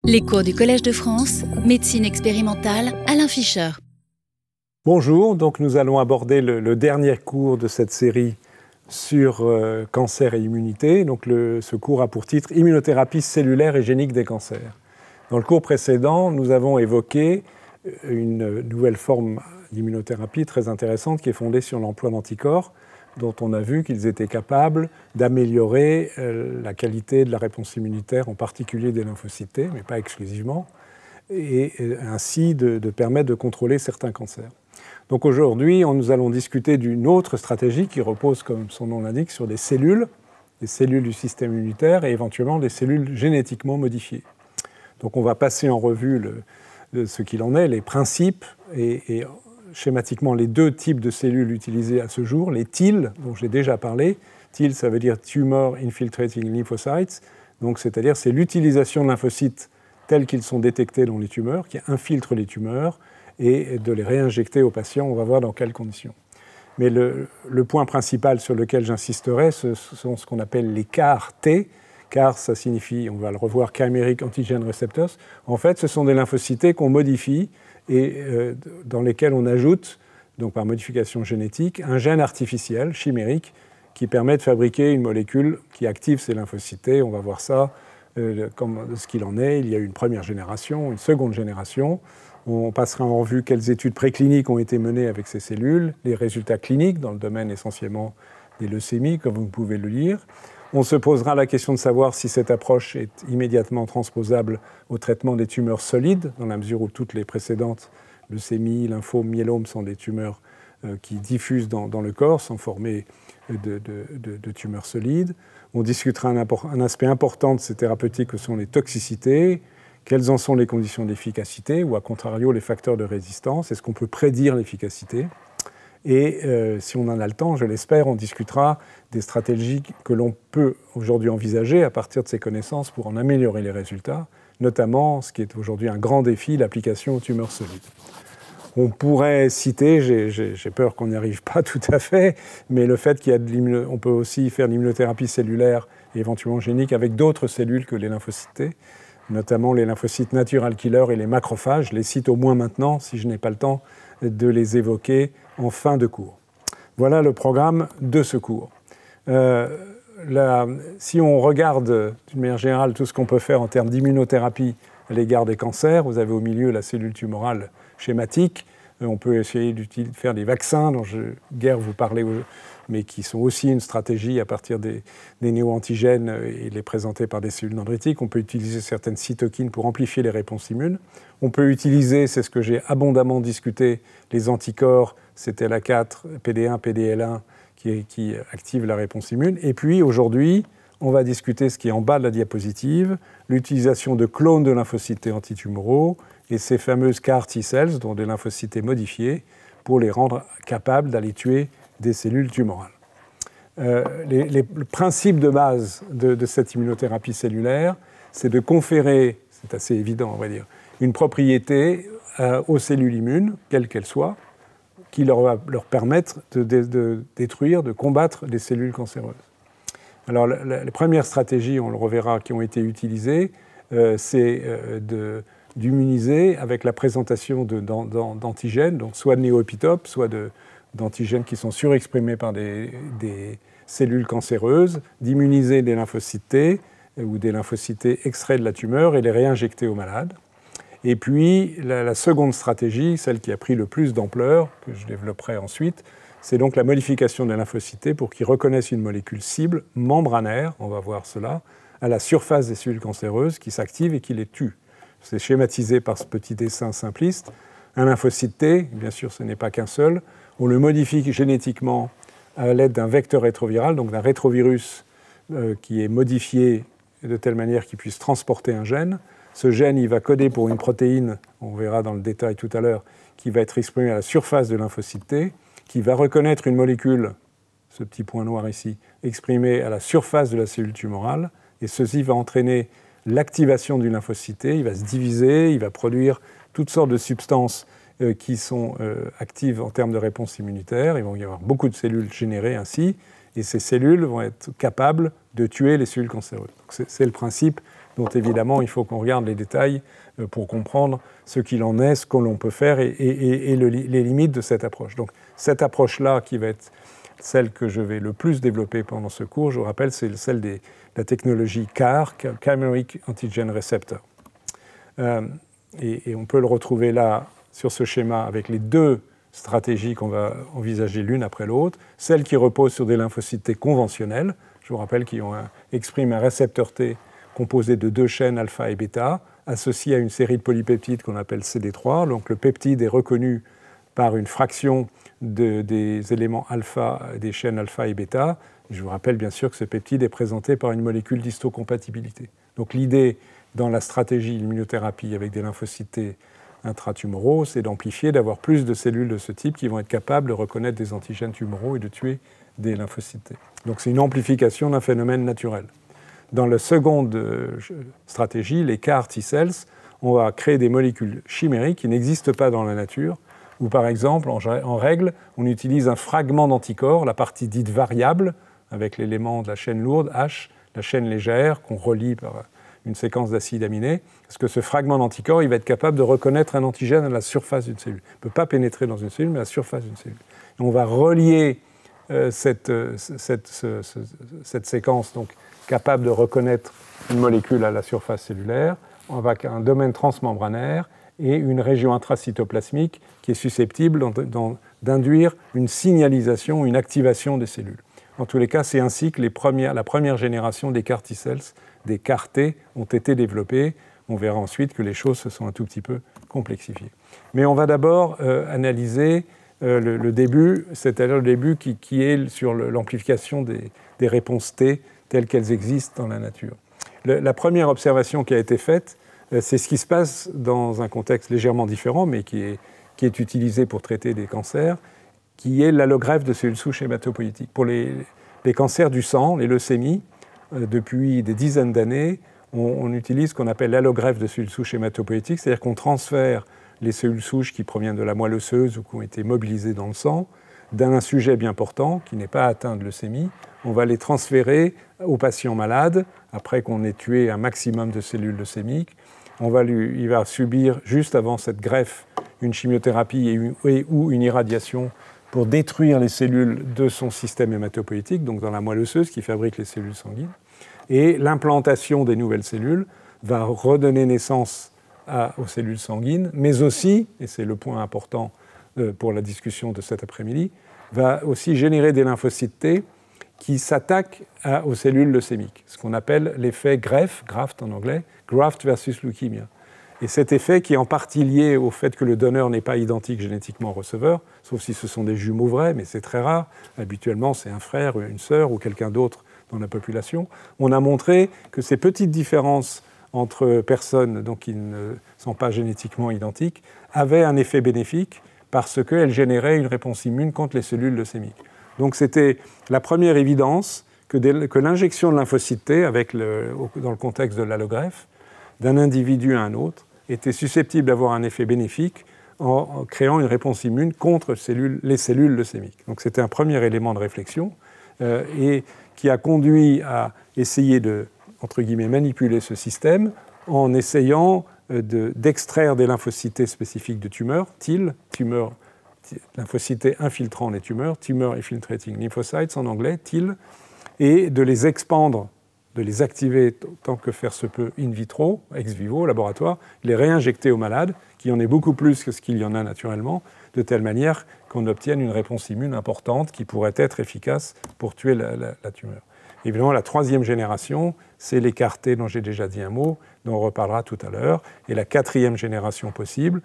Les cours du Collège de France, médecine expérimentale, Alain Fischer. Bonjour, donc nous allons aborder le dernier cours de cette série sur cancer et immunité. Donc ce cours a pour titre « Immunothérapie cellulaire et génique des cancers ». Dans le cours précédent, nous avons évoqué une nouvelle forme d'immunothérapie très intéressante qui est fondée sur l'emploi d'anticorps, dont on a vu qu'ils étaient capables d'améliorer la qualité de la réponse immunitaire, en particulier des lymphocytes T, mais pas exclusivement, et ainsi de permettre de contrôler certains cancers. Donc aujourd'hui, nous allons discuter d'une autre stratégie qui repose, comme son nom l'indique, sur des cellules du système immunitaire et éventuellement des cellules génétiquement modifiées. Donc on va passer en revue ce qu'il en est, les principes et schématiquement les deux types de cellules utilisées à ce jour, les TIL, dont j'ai déjà parlé. TIL, ça veut dire Tumor Infiltrating Lymphocytes, donc c'est-à-dire c'est l'utilisation de lymphocytes tels qu'ils sont détectés dans les tumeurs, qui infiltrent les tumeurs, et de les réinjecter aux patients. On va voir dans quelles conditions. Mais le point principal sur lequel j'insisterai, ce sont ce qu'on appelle les CAR-T. CAR, ça signifie, on va le revoir, Chimeric Antigen Receptors. En fait, ce sont des lymphocytes qu'on modifie et dans lesquels on ajoute, donc par modification génétique, un gène artificiel, chimérique, qui permet de fabriquer une molécule qui active ces lymphocytes. On va voir ça, comme ce qu'il en est. Il y a eu une première génération, une seconde génération. On passera en revue quelles études précliniques ont été menées avec ces cellules, les résultats cliniques dans le domaine essentiellement des leucémies, comme vous pouvez le lire. On se posera la question de savoir si cette approche est immédiatement transposable au traitement des tumeurs solides, dans la mesure où toutes les précédentes, leucémies, lymphomes, myélomes, sont des tumeurs qui diffusent dans le corps sans former de tumeurs solides. On discutera un aspect important de ces thérapeutiques que sont les toxicités. Quelles en sont les conditions d'efficacité ou, à contrario, les facteurs de résistance? Est-ce qu'on peut prédire l'efficacité? Et si on en a le temps, je l'espère, on discutera des stratégies que l'on peut aujourd'hui envisager à partir de ces connaissances pour en améliorer les résultats, notamment ce qui est aujourd'hui un grand défi, l'application aux tumeurs solides. On pourrait citer, j'ai peur qu'on n'y arrive pas tout à fait, mais le fait on peut aussi faire de l'immunothérapie cellulaire et éventuellement génique avec d'autres cellules que les lymphocytes T, notamment les lymphocytes natural killers et les macrophages. Je les cite au moins maintenant, si je n'ai pas le temps de les évoquer en fin de cours. Voilà le programme de ce cours. Si on regarde d'une manière générale tout ce qu'on peut faire en termes d'immunothérapie à l'égard des cancers, vous avez au milieu la cellule tumorale schématique. On peut essayer de faire des vaccins dont je guère vous parler, mais qui sont aussi une stratégie à partir des néo-antigènes et les présenter par des cellules dendritiques. On peut utiliser certaines cytokines pour amplifier les réponses immunes. On peut utiliser, c'est ce que j'ai abondamment discuté, les anticorps, CTLA4, PD1, PDL1, qui activent la réponse immune. Et puis aujourd'hui, on va discuter ce qui est en bas de la diapositive, l'utilisation de clones de lymphocytes T antitumoraux et ces fameuses CAR T-cells, dont des lymphocytes T modifiés, pour les rendre capables d'aller tuer des cellules tumorales. Le principe de base de cette immunothérapie cellulaire, c'est de conférer, c'est assez évident on va dire, une propriété aux cellules immunes, quelles qu'elles soient, qui va leur permettre de détruire, de combattre les cellules cancéreuses. Alors les premières stratégies, on le reverra, qui ont été utilisées, c'est d'immuniser avec la présentation d'antigènes, donc soit de néoépitopes, soit d'antigènes qui sont surexprimés par des cellules cancéreuses, d'immuniser des lymphocytes T ou des lymphocytes T extraits de la tumeur et les réinjecter aux malades. Et puis la seconde stratégie, celle qui a pris le plus d'ampleur, que je développerai ensuite, c'est donc la modification des lymphocytes T pour qu'ils reconnaissent une molécule cible membranaire, on va voir cela, à la surface des cellules cancéreuses qui s'active et qui les tue. C'est schématisé par ce petit dessin simpliste. Un lymphocyte T, bien sûr ce n'est pas qu'un seul, on le modifie génétiquement à l'aide d'un vecteur rétroviral, donc d'un rétrovirus qui est modifié de telle manière qu'il puisse transporter un gène. Ce gène, il va coder pour une protéine, on verra dans le détail tout à l'heure, qui va être exprimée à la surface de lymphocyte T, qui va reconnaître une molécule, ce petit point noir ici, exprimée à la surface de la cellule tumorale, et ceci va entraîner l'activation du lymphocyte T, il va se diviser, il va produire toutes sortes de substances qui sont actives en termes de réponse immunitaire. Il va y avoir beaucoup de cellules générées ainsi, et ces cellules vont être capables de tuer les cellules cancéreuses. C'est le principe dont évidemment il faut qu'on regarde les détails pour comprendre ce qu'il en est, ce que l'on peut faire et les limites de cette approche. Donc cette approche-là, qui va être celle que je vais le plus développer pendant ce cours, je vous rappelle, c'est celle de la technologie CAR, Chimeric Antigen Receptor. Et on peut le retrouver là, sur ce schéma, avec les deux stratégies qu'on va envisager l'une après l'autre. Celle qui repose sur des lymphocytes T conventionnels, je vous rappelle, qui expriment un récepteur T composé de 2 chaînes alpha et bêta, associé à une série de polypeptides qu'on appelle CD3. Donc le peptide est reconnu par une fraction des éléments alpha, des chaînes alpha et bêta. Je vous rappelle bien sûr que ce peptide est présenté par une molécule d'histocompatibilité. Donc l'idée dans la stratégie immunothérapie avec des lymphocytes T intratumoraux, c'est d'amplifier, d'avoir plus de cellules de ce type qui vont être capables de reconnaître des antigènes tumoraux et de tuer des lymphocytes T. Donc c'est une amplification d'un phénomène naturel. Dans la seconde stratégie, les CAR T-cells, on va créer des molécules chimériques qui n'existent pas dans la nature, où par exemple, en règle, on utilise un fragment d'anticorps, la partie dite variable, avec l'élément de la chaîne lourde, H, la chaîne légère, qu'on relie par une séquence d'acides aminés, parce que ce fragment d'anticorps, il va être capable de reconnaître un antigène à la surface d'une cellule. Il ne peut pas pénétrer dans une cellule, mais à la surface d'une cellule. Et on va relier cette séquence, donc capable de reconnaître une molécule à la surface cellulaire, avec un domaine transmembranaire et une région intracytoplasmique qui est susceptible d'induire une signalisation, une activation des cellules. En tous les cas, c'est ainsi que la première génération des CAR T-cells, des CAR T, ont été développées. On verra ensuite que les choses se sont un tout petit peu complexifiées. Mais on va d'abord analyser le début, c'est-à-dire le début qui est sur l'amplification des réponses T telles qu'elles existent dans la nature. La première observation qui a été faite, c'est ce qui se passe dans un contexte légèrement différent, mais qui est utilisé pour traiter des cancers, qui est l'allogreffe de cellules souches hématopoïétiques. Pour les cancers du sang, les leucémies, depuis des dizaines d'années, on utilise ce qu'on appelle l'allogreffe de cellules souches hématopoïétiques, c'est-à-dire qu'on transfère les cellules souches qui proviennent de la moelle osseuse ou qui ont été mobilisées dans le sang d'un sujet bien portant qui n'est pas atteint de leucémie. On va les transférer aux patients malades après qu'on ait tué un maximum de cellules leucémiques. Il va subir juste avant cette greffe une chimiothérapie ou une irradiation pour détruire les cellules de son système hématopoïétique, donc dans la moelle osseuse qui fabrique les cellules sanguines. Et l'implantation des nouvelles cellules va redonner naissance aux cellules sanguines, mais aussi, et c'est le point important pour la discussion de cet après-midi, va aussi générer des lymphocytes T qui s'attaquent aux cellules leucémiques, ce qu'on appelle l'effet graft en anglais, graft versus leukemia. Et cet effet qui est en partie lié au fait que le donneur n'est pas identique génétiquement au receveur, sauf si ce sont des jumeaux vrais, mais c'est très rare. Habituellement, c'est un frère, une sœur ou quelqu'un d'autre dans la population. On a montré que ces petites différences entre personnes donc, qui ne sont pas génétiquement identiques avaient un effet bénéfique parce qu'elles généraient une réponse immune contre les cellules leucémiques. Donc c'était la première évidence que l'injection de lymphocytes T, dans le contexte de l'allogreffe, d'un individu à un autre, était susceptible d'avoir un effet bénéfique en créant une réponse immune contre les cellules leucémiques. Donc c'était un premier élément de réflexion et qui a conduit à essayer de, entre guillemets, manipuler ce système en essayant d'extraire des lymphocytes T spécifiques de tumeurs, TIL, lymphocytes T infiltrant les tumeurs, Tumor Infiltrating Lymphocytes en anglais, TIL, et de les expandre, de les activer tant que faire se peut in vitro, ex vivo, au laboratoire, les réinjecter aux malades, qui en est beaucoup plus que ce qu'il y en a naturellement, de telle manière qu'on obtienne une réponse immune importante qui pourrait être efficace pour tuer la tumeur. Évidemment, la troisième génération, c'est les CAR T dont j'ai déjà dit un mot, dont on reparlera tout à l'heure. Et la quatrième génération possible,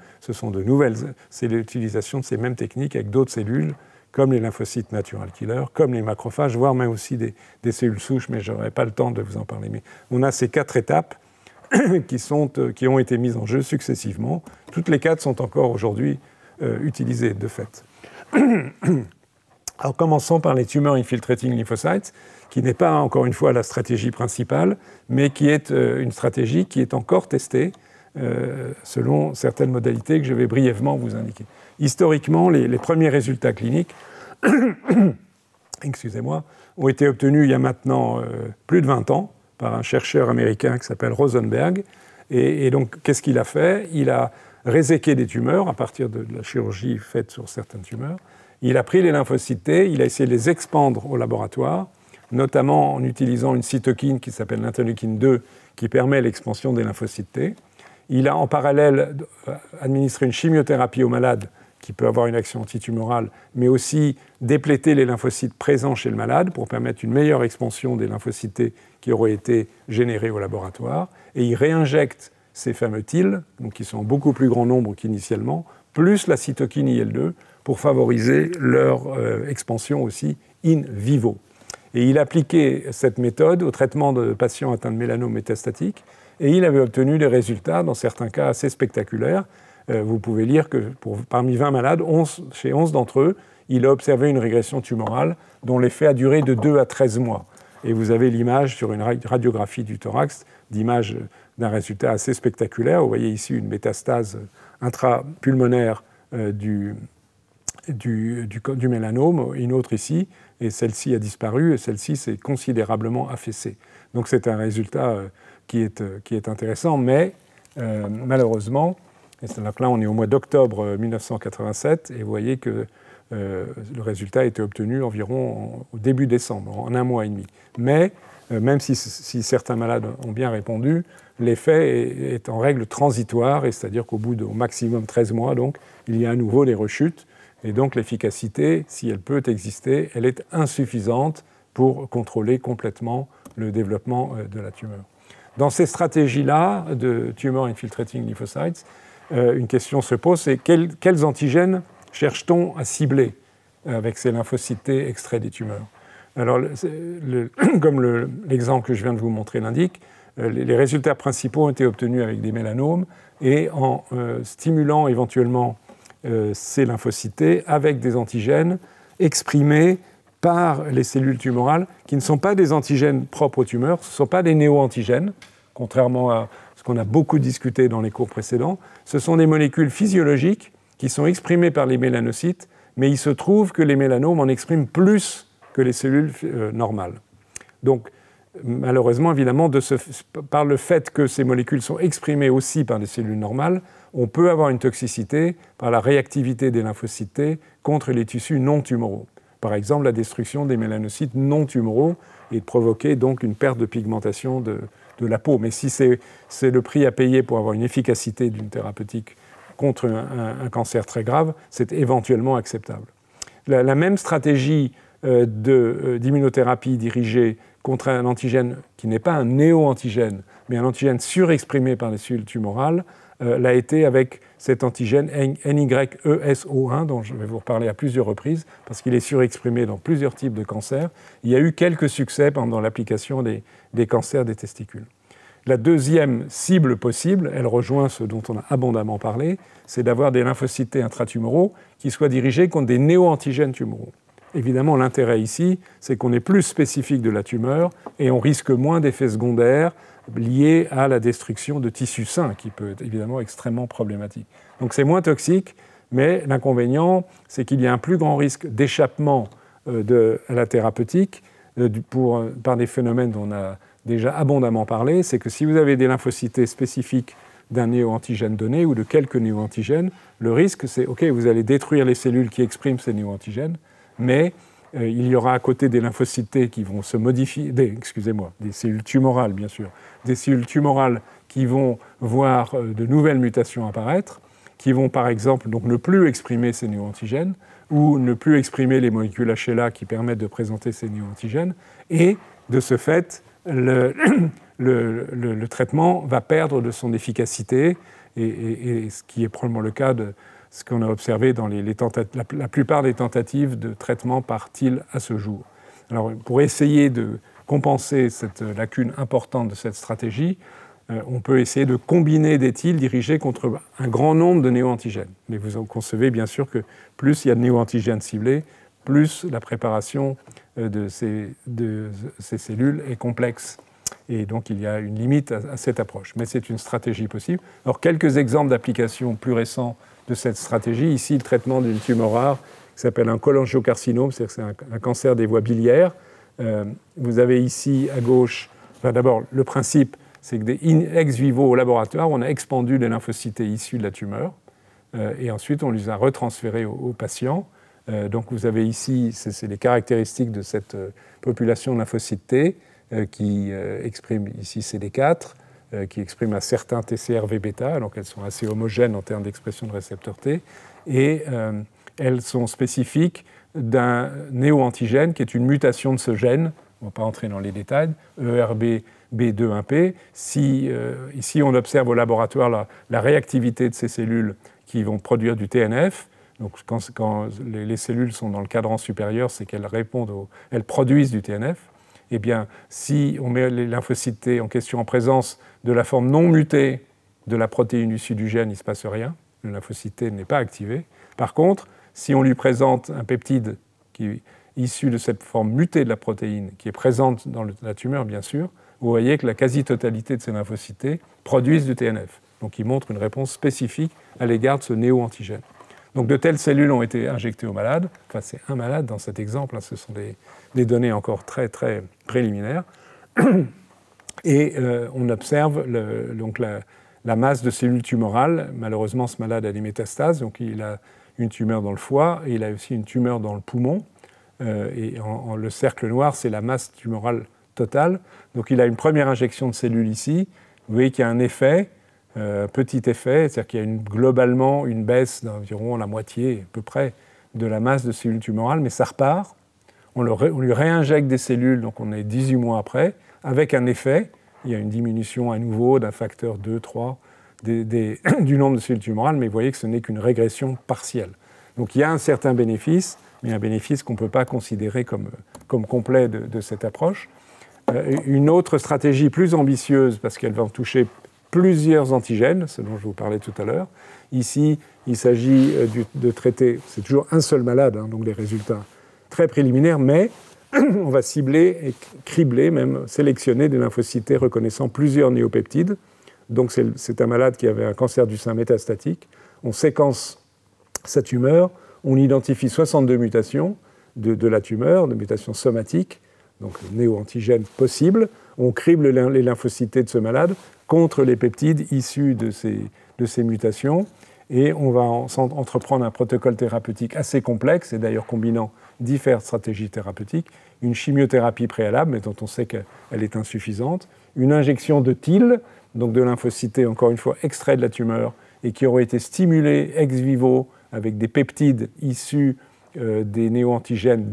c'est l'utilisation de ces mêmes techniques avec d'autres cellules, comme les lymphocytes natural killers, comme les macrophages, voire même aussi des cellules souches, mais je n'aurai pas le temps de vous en parler. Mais on a ces 4 étapes qui ont été mises en jeu successivement. Toutes les 4 sont encore aujourd'hui utilisées, de fait. Alors commençons par les Tumor Infiltrating Lymphocytes, qui n'est pas, encore une fois, la stratégie principale, mais qui est une stratégie qui est encore testée selon certaines modalités que je vais brièvement vous indiquer. Historiquement, les premiers résultats cliniques excusez-moi, ont été obtenus il y a maintenant plus de 20 ans par un chercheur américain qui s'appelle Rosenberg. Et donc, qu'est-ce qu'il a fait? Il a réséqué des tumeurs à partir de la chirurgie faite sur certaines tumeurs. Il a pris les lymphocytes T, il a essayé de les expandre au laboratoire, notamment en utilisant une cytokine qui s'appelle l'interleukine 2, qui permet l'expansion des lymphocytes T. Il a en parallèle administré une chimiothérapie aux malades qui peut avoir une action antitumorale, mais aussi dépléter les lymphocytes présents chez le malade pour permettre une meilleure expansion des lymphocytes T qui auraient été générés au laboratoire. Et il réinjecte ces fameux TIL, donc qui sont en beaucoup plus grand nombre qu'initialement, plus la cytokine IL-2 pour favoriser leur expansion aussi in vivo. Et il appliquait cette méthode au traitement de patients atteints de mélanome métastatique et il avait obtenu des résultats, dans certains cas, assez spectaculaires. Vous pouvez lire que parmi 20 malades, chez 11 d'entre eux, il a observé une régression tumorale dont l'effet a duré de 2 à 13 mois. Et vous avez l'image sur une radiographie du thorax, d'image d'un résultat assez spectaculaire. Vous voyez ici une métastase intrapulmonaire du mélanome, une autre ici, et celle-ci a disparu, et celle-ci s'est considérablement affaissée. Donc c'est un résultat qui est intéressant, mais malheureusement, et donc là on est au mois d'octobre 1987, et vous voyez que le résultat a été obtenu environ au début décembre, en 1 mois et demi. Mais même si certains malades ont bien répondu, l'effet est en règle transitoire, et c'est-à-dire qu'au bout au maximum 13 mois, donc, il y a à nouveau des rechutes. Et donc l'efficacité, si elle peut exister, elle est insuffisante pour contrôler complètement le développement de la tumeur. Dans ces stratégies-là de tumor infiltrating lymphocytes, une question se pose, c'est quels antigènes cherche-t-on à cibler avec ces lymphocytes T extraits des tumeurs? Alors, comme l'exemple que je viens de vous montrer l'indique, les résultats principaux ont été obtenus avec des mélanomes et en stimulant éventuellement ces lymphocytes T avec des antigènes exprimés par les cellules tumorales qui ne sont pas des antigènes propres aux tumeurs, ce ne sont pas des néo-antigènes, contrairement à ce qu'on a beaucoup discuté dans les cours précédents. Ce sont des molécules physiologiques qui sont exprimées par les mélanocytes, mais il se trouve que les mélanomes en expriment plus que les cellules normales. Donc, malheureusement, évidemment, par le fait que ces molécules sont exprimées aussi par des cellules normales, on peut avoir une toxicité par la réactivité des lymphocytes T contre les tissus non tumoraux. Par exemple, la destruction des mélanocytes non tumoraux et de provoquer donc une perte de pigmentation de la peau. Mais si c'est le prix à payer pour avoir une efficacité d'une thérapeutique contre un cancer très grave, c'est éventuellement acceptable. La même stratégie d'immunothérapie dirigée contre un antigène qui n'est pas un néo-antigène, mais un antigène surexprimé par les cellules tumorales, l'a été avec cet antigène NYESO1, dont je vais vous reparler à plusieurs reprises, parce qu'il est surexprimé dans plusieurs types de cancers. Il y a eu quelques succès pendant l'application des cancers des testicules. La deuxième cible possible, elle rejoint ce dont on a abondamment parlé, c'est d'avoir des lymphocytes T intratumoraux qui soient dirigés contre des néo-antigènes tumoraux. Évidemment, l'intérêt ici, c'est qu'on est plus spécifique de la tumeur et on risque moins d'effets secondaires liés à la destruction de tissus sains, qui peut être évidemment extrêmement problématique. Donc c'est moins toxique, mais l'inconvénient, c'est qu'il y a un plus grand risque d'échappement à la thérapeutique par des phénomènes dont on a déjà abondamment parlé. C'est que si vous avez des lymphocytes T spécifiques d'un néo-antigène donné ou de quelques néo-antigènes, le risque, c'est OK, vous allez détruire les cellules qui expriment ces néo-antigènes, mais il y aura à côté des lymphocytes T qui vont se modifier, des cellules tumorales bien sûr, des cellules tumorales qui vont voir de nouvelles mutations apparaître, qui vont par exemple donc ne plus exprimer ces néo-antigènes ou ne plus exprimer les molécules HLA qui permettent de présenter ces néo-antigènes, et de ce fait, le traitement va perdre de son efficacité, et ce qui est probablement le cas de ce qu'on a observé dans la plupart des tentatives de traitement par TIL à ce jour. Alors, pour essayer de compenser cette lacune importante de cette stratégie, on peut essayer de combiner des TIL dirigés contre un grand nombre de néo-antigènes. Mais vous concevez bien sûr que plus il y a de néo-antigènes ciblés, plus la préparation de ces cellules est complexe. Et donc il y a une limite à cette approche. Mais c'est une stratégie possible. Alors quelques exemples d'applications plus récents de cette stratégie. Ici, le traitement d'une tumeur rare qui s'appelle un cholangiocarcinome, c'est-à-dire que c'est un cancer des voies biliaires. Vous avez ici à gauche D'abord, le principe, c'est que ex vivo au laboratoire, on a expandu les lymphocytes issus de la tumeur, et ensuite on les a retransférés aux patients. Donc vous avez ici, c'est les caractéristiques de cette population de lymphocytes T qui exprime ici CD4, qui exprime un certain TCR-V-bêta, donc elles sont assez homogènes en termes d'expression de récepteur T, et elles sont spécifiques d'un néo-antigène qui est une mutation de ce gène, on ne va pas entrer dans les détails, ERB-B21P. Ici, on observe au laboratoire la réactivité de ces cellules qui vont produire du TNF. Donc, quand les cellules sont dans le cadran supérieur, c'est qu'elles elles produisent du TNF. Eh bien, si on met les lymphocytes T en question en présence de la forme non mutée de la protéine issue du gène, il ne se passe rien. Le lymphocyte T n'est pas activé. Par contre, si on lui présente un peptide qui est issu de cette forme mutée de la protéine, qui est présente dans la tumeur, bien sûr, vous voyez que la quasi-totalité de ces lymphocytes T produisent du TNF. Donc, ils montrent une réponse spécifique à l'égard de ce néo-antigène. Donc, de telles cellules ont été injectées aux malades. Enfin, c'est un malade dans cet exemple. Hein, ce sont des données encore très, très préliminaires. Et on observe la masse de cellules tumorales. Malheureusement, ce malade a des métastases. Donc, il a une tumeur dans le foie et il a aussi une tumeur dans le poumon. Le cercle noir, c'est la masse tumorale totale. Donc, il a une première injection de cellules ici. Vous voyez qu'il y a un effet. Petit effet, c'est-à-dire qu'il y a globalement une baisse d'environ la moitié, à peu près, de la masse de cellules tumorales, mais ça repart. On lui réinjecte des cellules, donc on est 18 mois après, avec un effet. Il y a une diminution à nouveau d'un facteur 2, 3 du nombre de cellules tumorales, mais vous voyez que ce n'est qu'une régression partielle. Donc il y a un certain bénéfice, mais un bénéfice qu'on ne peut pas considérer comme complet de cette approche. Une autre stratégie plus ambitieuse, parce qu'elle va en toucher plusieurs antigènes, ce dont je vous parlais tout à l'heure. Ici, il s'agit de traiter, c'est toujours un seul malade, hein, donc des résultats très préliminaires, mais on va cibler et cribler, même sélectionner des lymphocytes T reconnaissant plusieurs néopeptides. Donc c'est un malade qui avait un cancer du sein métastatique. On séquence sa tumeur, on identifie 62 mutations de la tumeur, de mutations somatiques, donc néo-antigènes possibles. On crible les lymphocytes T de ce malade contre les peptides issus de ces mutations, et on va entreprendre un protocole thérapeutique assez complexe, et d'ailleurs combinant diverses stratégies thérapeutiques, une chimiothérapie préalable, mais dont on sait qu'elle est insuffisante, une injection de TIL, donc de lymphocytes T, encore une fois, extraits de la tumeur, et qui auraient été stimulés ex vivo avec des peptides issus des néo-antigènes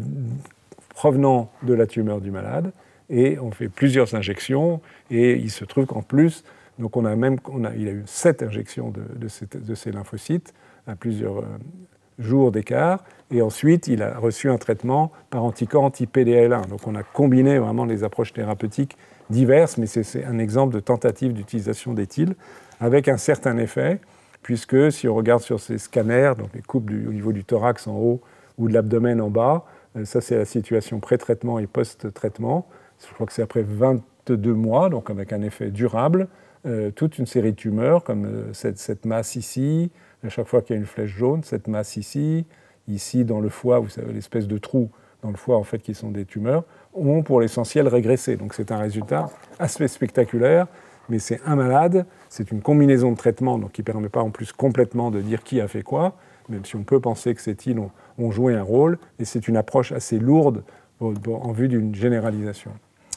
provenant de la tumeur du malade, et on fait plusieurs injections, et il se trouve qu'en plus, donc il a eu 7 injections de ces lymphocytes à plusieurs jours d'écart, et ensuite il a reçu un traitement par anticorps anti-PDL1. Donc on a combiné vraiment les approches thérapeutiques diverses, mais c'est un exemple de tentative d'utilisation des TIL avec un certain effet, puisque si on regarde sur ces scanners, donc les coupes au niveau du thorax en haut ou de l'abdomen en bas, ça c'est la situation pré-traitement et post-traitement. Je crois que c'est après 22 mois, donc avec un effet durable, toute une série de tumeurs, comme cette masse ici, à chaque fois qu'il y a une flèche jaune, cette masse ici dans le foie, vous savez, l'espèce de trou dans le foie, en fait, qui sont des tumeurs, ont pour l'essentiel régressé. Donc c'est un résultat assez spectaculaire, mais c'est un malade, c'est une combinaison de traitements, donc qui ne permet pas en plus complètement de dire qui a fait quoi, même si on peut penser que ces TIL ont joué un rôle, et c'est une approche assez lourde en vue d'une généralisation.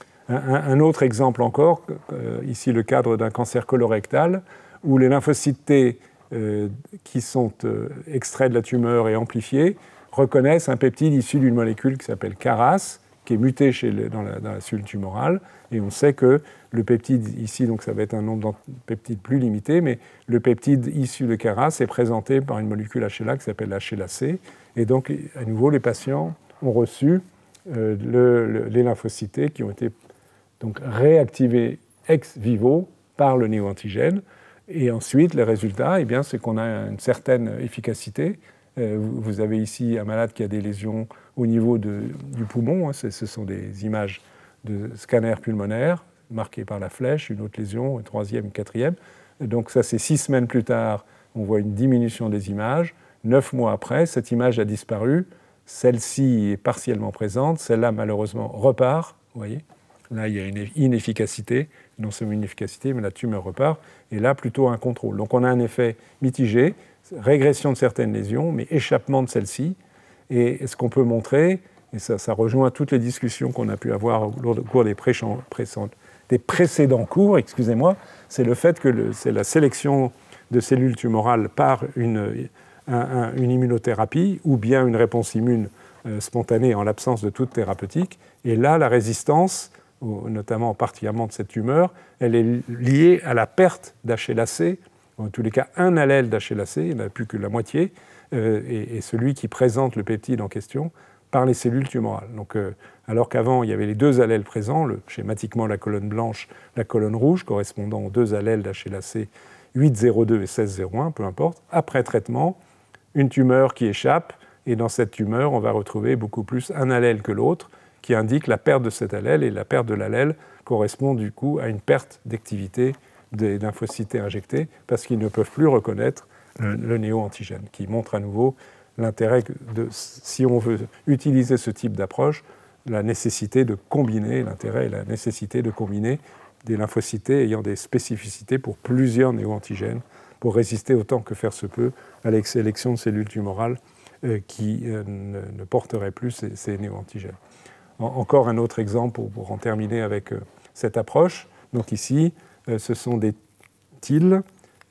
Un autre exemple encore, ici le cadre d'un cancer colorectal, où les lymphocytes T qui sont extraits de la tumeur et amplifiés reconnaissent un peptide issu d'une molécule qui s'appelle Caras, qui est muté dans la cellule tumorale, et on sait que le peptide ici, donc ça va être un nombre de peptides plus limité, mais le peptide issu de Caras est présenté par une molécule HLA qui s'appelle HLA-C, et donc à nouveau les patients ont reçu les lymphocytes T qui ont été donc réactivés ex vivo par le néo-antigène. Et ensuite, les résultats, eh bien, c'est qu'on a une certaine efficacité. Vous avez ici un malade qui a des lésions au niveau du poumon. Hein, ce sont des images de scanner pulmonaire marquées par la flèche, une autre lésion, une troisième, une quatrième. Et donc ça, c'est 6 semaines plus tard, on voit une diminution des images. 9 mois après, cette image a disparu. Celle-ci est partiellement présente. Celle-là, malheureusement, repart. Vous voyez ? Là, il y a une inefficacité, non seulement une inefficacité, mais la tumeur repart. Et là, plutôt un contrôle. Donc on a un effet mitigé, régression de certaines lésions, mais échappement de celles-ci. Et ce qu'on peut montrer, et ça rejoint toutes les discussions qu'on a pu avoir au cours des précédents cours, c'est le fait que c'est la sélection de cellules tumorales par une immunothérapie ou bien une réponse immune spontanée en l'absence de toute thérapeutique. Et là, la résistance, notamment particulièrement de cette tumeur, elle est liée à la perte d'HLA-C, en tous les cas un allèle d'HLA-C, il n'y en a plus que la moitié, et celui qui présente le peptide en question, par les cellules tumorales. Donc, alors qu'avant, il y avait les deux allèles présents, schématiquement la colonne blanche, la colonne rouge, correspondant aux deux allèles d'HLA-C 802 et 1601, peu importe. Après traitement, une tumeur qui échappe, et dans cette tumeur, on va retrouver beaucoup plus un allèle que l'autre, qui indique la perte de cet allèle, et la perte de l'allèle correspond du coup à une perte d'activité des lymphocytes injectés, parce qu'ils ne peuvent plus reconnaître le néo-antigène, qui montre à nouveau l'intérêt si on veut utiliser ce type d'approche, la nécessité de combiner, l'intérêt et la nécessité de combiner des lymphocytes ayant des spécificités pour plusieurs néo-antigènes, pour résister autant que faire se peut à l'élection de cellules tumorales qui ne porteraient plus ces néo-antigènes. Encore un autre exemple pour en terminer avec cette approche. Donc ici, ce sont des TIL,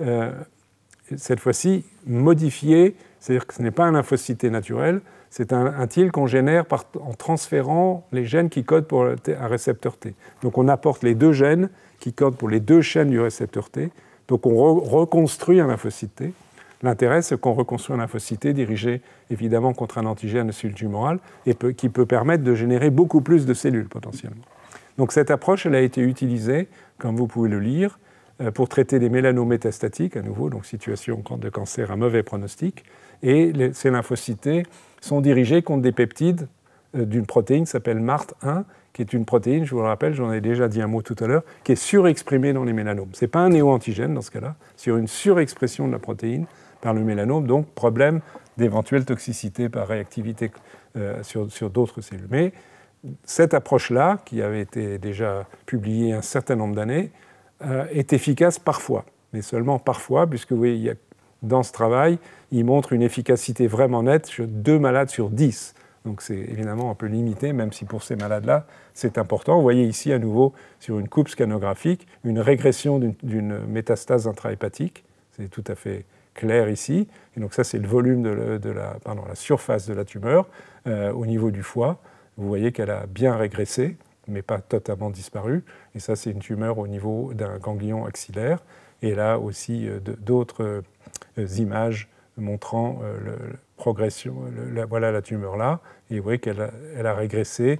cette fois-ci modifiés, c'est-à-dire que ce n'est pas un lymphocyte naturel, c'est un TIL qu'on génère en transférant les gènes qui codent pour un récepteur T. Donc on apporte les deux gènes qui codent pour les deux chaînes du récepteur T, donc on reconstruit un lymphocyte T. L'intérêt, c'est qu'on reconstruit un lymphocyte T dirigé évidemment contre un antigène de cellule tumorale et qui peut permettre de générer beaucoup plus de cellules potentiellement. Donc cette approche, elle a été utilisée, comme vous pouvez le lire, pour traiter des mélanomes métastatiques, à nouveau, donc situation de cancer à mauvais pronostic. Et ces lymphocytes T sont dirigés contre des peptides d'une protéine qui s'appelle MART1, qui est une protéine, je vous le rappelle, j'en ai déjà dit un mot tout à l'heure, qui est surexprimée dans les mélanomes. Ce n'est pas un néo-antigène dans ce cas-là, c'est une surexpression de la protéine par le mélanome, donc problème d'éventuelle toxicité par réactivité sur d'autres cellules. Mais cette approche-là, qui avait été déjà publiée un certain nombre d'années, est efficace parfois, mais seulement parfois, puisque vous voyez, dans ce travail, il montre une efficacité vraiment nette sur 2 malades sur 10. Donc c'est évidemment un peu limité, même si pour ces malades-là, c'est important. Vous voyez ici à nouveau, sur une coupe scanographique, une régression d'une métastase intrahépatique. C'est tout à fait clair ici. Et donc ça, c'est le volume la surface de la tumeur au niveau du foie. Vous voyez qu'elle a bien régressé, mais pas totalement disparu. Et ça, c'est une tumeur au niveau d'un ganglion axillaire. Et là aussi, d'autres images montrant progression. Voilà la tumeur là. Et vous voyez qu'elle a régressé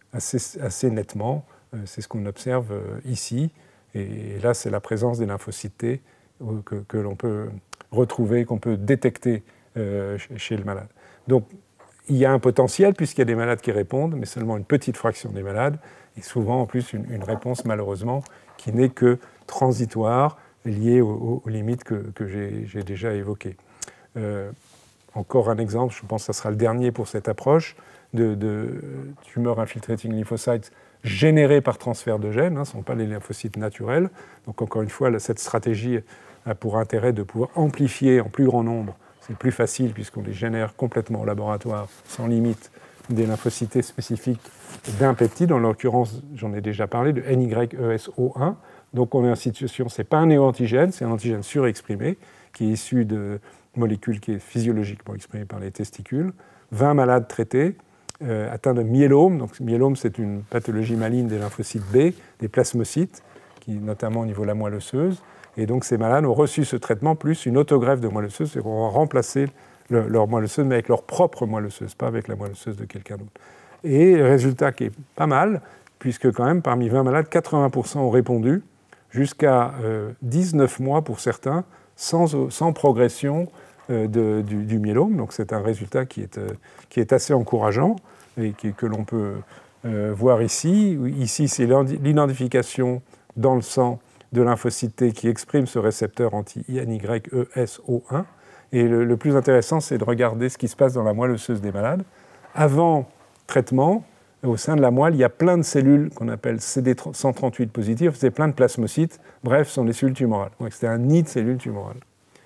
assez nettement. C'est ce qu'on observe ici. Et là, c'est la présence des lymphocytes T que l'on peut retrouver, qu'on peut détecter chez le malade. Donc, il y a un potentiel puisqu'il y a des malades qui répondent, mais seulement une petite fraction des malades, et souvent en plus une réponse malheureusement qui n'est que transitoire, liée aux limites que j'ai déjà évoquées. Encore un exemple, je pense que ce sera le dernier pour cette approche, de tumeur infiltrating lymphocytes générées par transfert de gènes, ce ne sont pas les lymphocytes naturels. Donc encore une fois, cette stratégie a pour intérêt de pouvoir amplifier en plus grand nombre. C'est plus facile puisqu'on les génère complètement au laboratoire, sans limite, des lymphocytes spécifiques d'un peptide. En l'occurrence, j'en ai déjà parlé, de NYESO1. Donc on est en situation, ce n'est pas un néo-antigène, c'est un antigène surexprimé qui est issu de molécules qui est physiologiquement exprimée par les testicules. 20 malades traités, atteints de myélome. Donc myélome, c'est une pathologie maligne des lymphocytes B, des plasmocytes, notamment au niveau de la moelle osseuse. Et donc ces malades ont reçu ce traitement plus une autogreffe de moelle osseuse, c'est qu'on va remplacer leur moelle osseuse, mais avec leur propre moelle osseuse, pas avec la moelle osseuse de quelqu'un d'autre. Et le résultat qui est pas mal, puisque quand même parmi 20 malades, 80% ont répondu, jusqu'à 19 mois pour certains, sans progression du myélome. Donc c'est un résultat qui est assez encourageant et que l'on peut voir ici. Ici, c'est l'identification dans le sang de lymphocytes T qui exprime ce récepteur anti-NYESO1. Et le plus intéressant, c'est de regarder ce qui se passe dans la moelle osseuse des malades. Avant traitement, au sein de la moelle, il y a plein de cellules qu'on appelle CD138 positives, c'est plein de plasmocytes, bref, ce sont des cellules tumorales. Donc c'est un nid de cellules tumorales.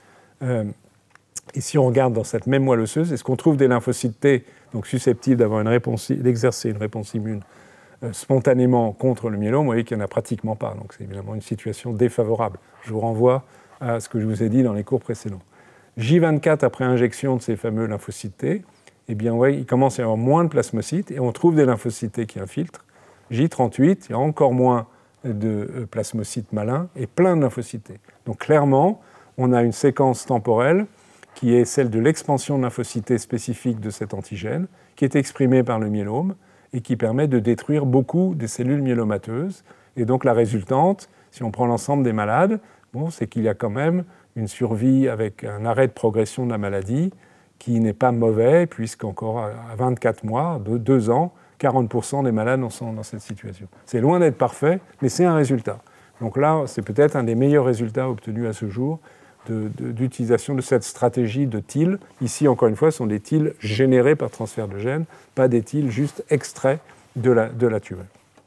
Et si on regarde dans cette même moelle osseuse, est-ce qu'on trouve des lymphocytes T donc susceptibles d'exercer une réponse immune spontanément contre le myélome? Vous voyez qu'il n'y en a pratiquement pas, donc c'est évidemment une situation défavorable. Je vous renvoie à ce que je vous ai dit dans les cours précédents. J24, après injection de ces fameux lymphocytes T, eh bien, ouais, il commence à y avoir moins de plasmocytes et on trouve des lymphocytes T qui infiltrent. J38, il y a encore moins de plasmocytes malins et plein de lymphocytes T. Donc clairement, on a une séquence temporelle qui est celle de l'expansion de lymphocytes T spécifique de cet antigène, qui est exprimée par le myélome et qui permet de détruire beaucoup des cellules myélomateuses. Et donc la résultante, si on prend l'ensemble des malades, c'est qu'il y a quand même une survie avec un arrêt de progression de la maladie qui n'est pas mauvais, puisqu'encore à 24 mois, 2 ans, 40% des malades sont dans cette situation. C'est loin d'être parfait, mais c'est un résultat. Donc là, c'est peut-être un des meilleurs résultats obtenus à ce jour d'utilisation de cette stratégie de TIL. Ici, encore une fois, ce sont des TIL générés par transfert de gènes, pas des TIL juste extraits de la tumeur.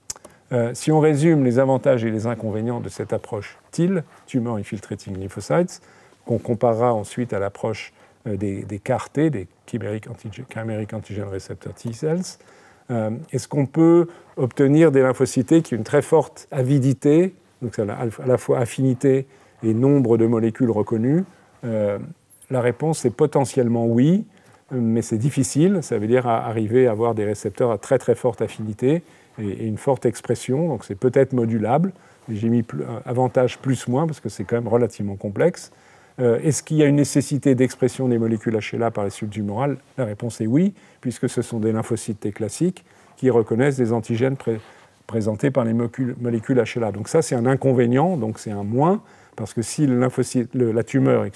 Si on résume les avantages et les inconvénients de cette approche TIL, Tumor Infiltrating Lymphocytes, qu'on comparera ensuite à l'approche des CAR-T, des Chimeric Antigen Receptor T-cells, est-ce qu'on peut obtenir des lymphocytes qui ont une très forte avidité, donc à la fois affinité et nombre de molécules reconnues? La réponse est potentiellement oui, mais c'est difficile. Ça veut dire arriver à avoir des récepteurs à très très forte affinité et une forte expression, donc c'est peut-être modulable. J'ai mis avantage plus-moins parce que c'est quand même relativement complexe. Est-ce qu'il y a une nécessité d'expression des molécules HLA par les cellules tumorales? La réponse est oui, puisque ce sont des lymphocytes T classiques qui reconnaissent des antigènes présentés par les molécules HLA. Donc ça, c'est un inconvénient, donc c'est un moins, parce que si la tumeur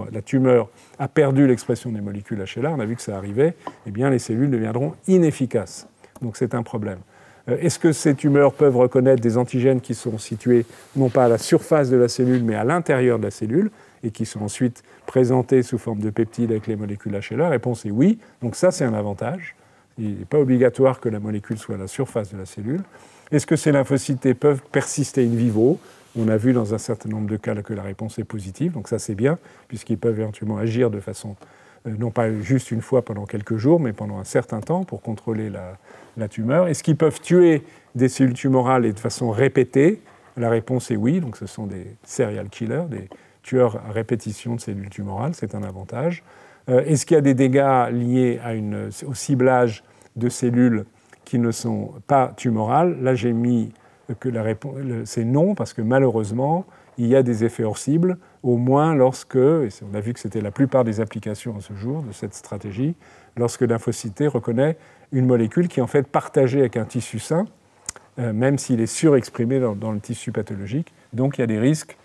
a perdu l'expression des molécules HLA, on a vu que ça arrivait, eh bien les cellules deviendront inefficaces. Donc c'est un problème. Est-ce que ces tumeurs peuvent reconnaître des antigènes qui sont situés non pas à la surface de la cellule, mais à l'intérieur de la cellule, et qui sont ensuite présentés sous forme de peptides avec les molécules HLA? La réponse est oui. Donc ça, c'est un avantage. Il n'est pas obligatoire que la molécule soit à la surface de la cellule. Est-ce que ces lymphocytes peuvent persister in vivo? On a vu dans un certain nombre de cas que la réponse est positive. Donc ça, c'est bien, puisqu'ils peuvent éventuellement agir de façon, non pas juste une fois pendant quelques jours, mais pendant un certain temps pour contrôler la tumeur. Est-ce qu'ils peuvent tuer des cellules tumorales et de façon répétée? La réponse est oui. Donc ce sont des serial killers, des tueurs à répétition de cellules tumorales, c'est un avantage. Est-ce qu'il y a des dégâts liés au ciblage de cellules qui ne sont pas tumorales? Là, j'ai mis que la réponse, c'est non, parce que malheureusement, il y a des effets hors cible, au moins lorsque, et on a vu que c'était la plupart des applications à ce jour de cette stratégie, lorsque lymphocyte reconnaît une molécule qui est en fait partagée avec un tissu sain, même s'il est surexprimé dans le tissu pathologique. Donc il y a des risques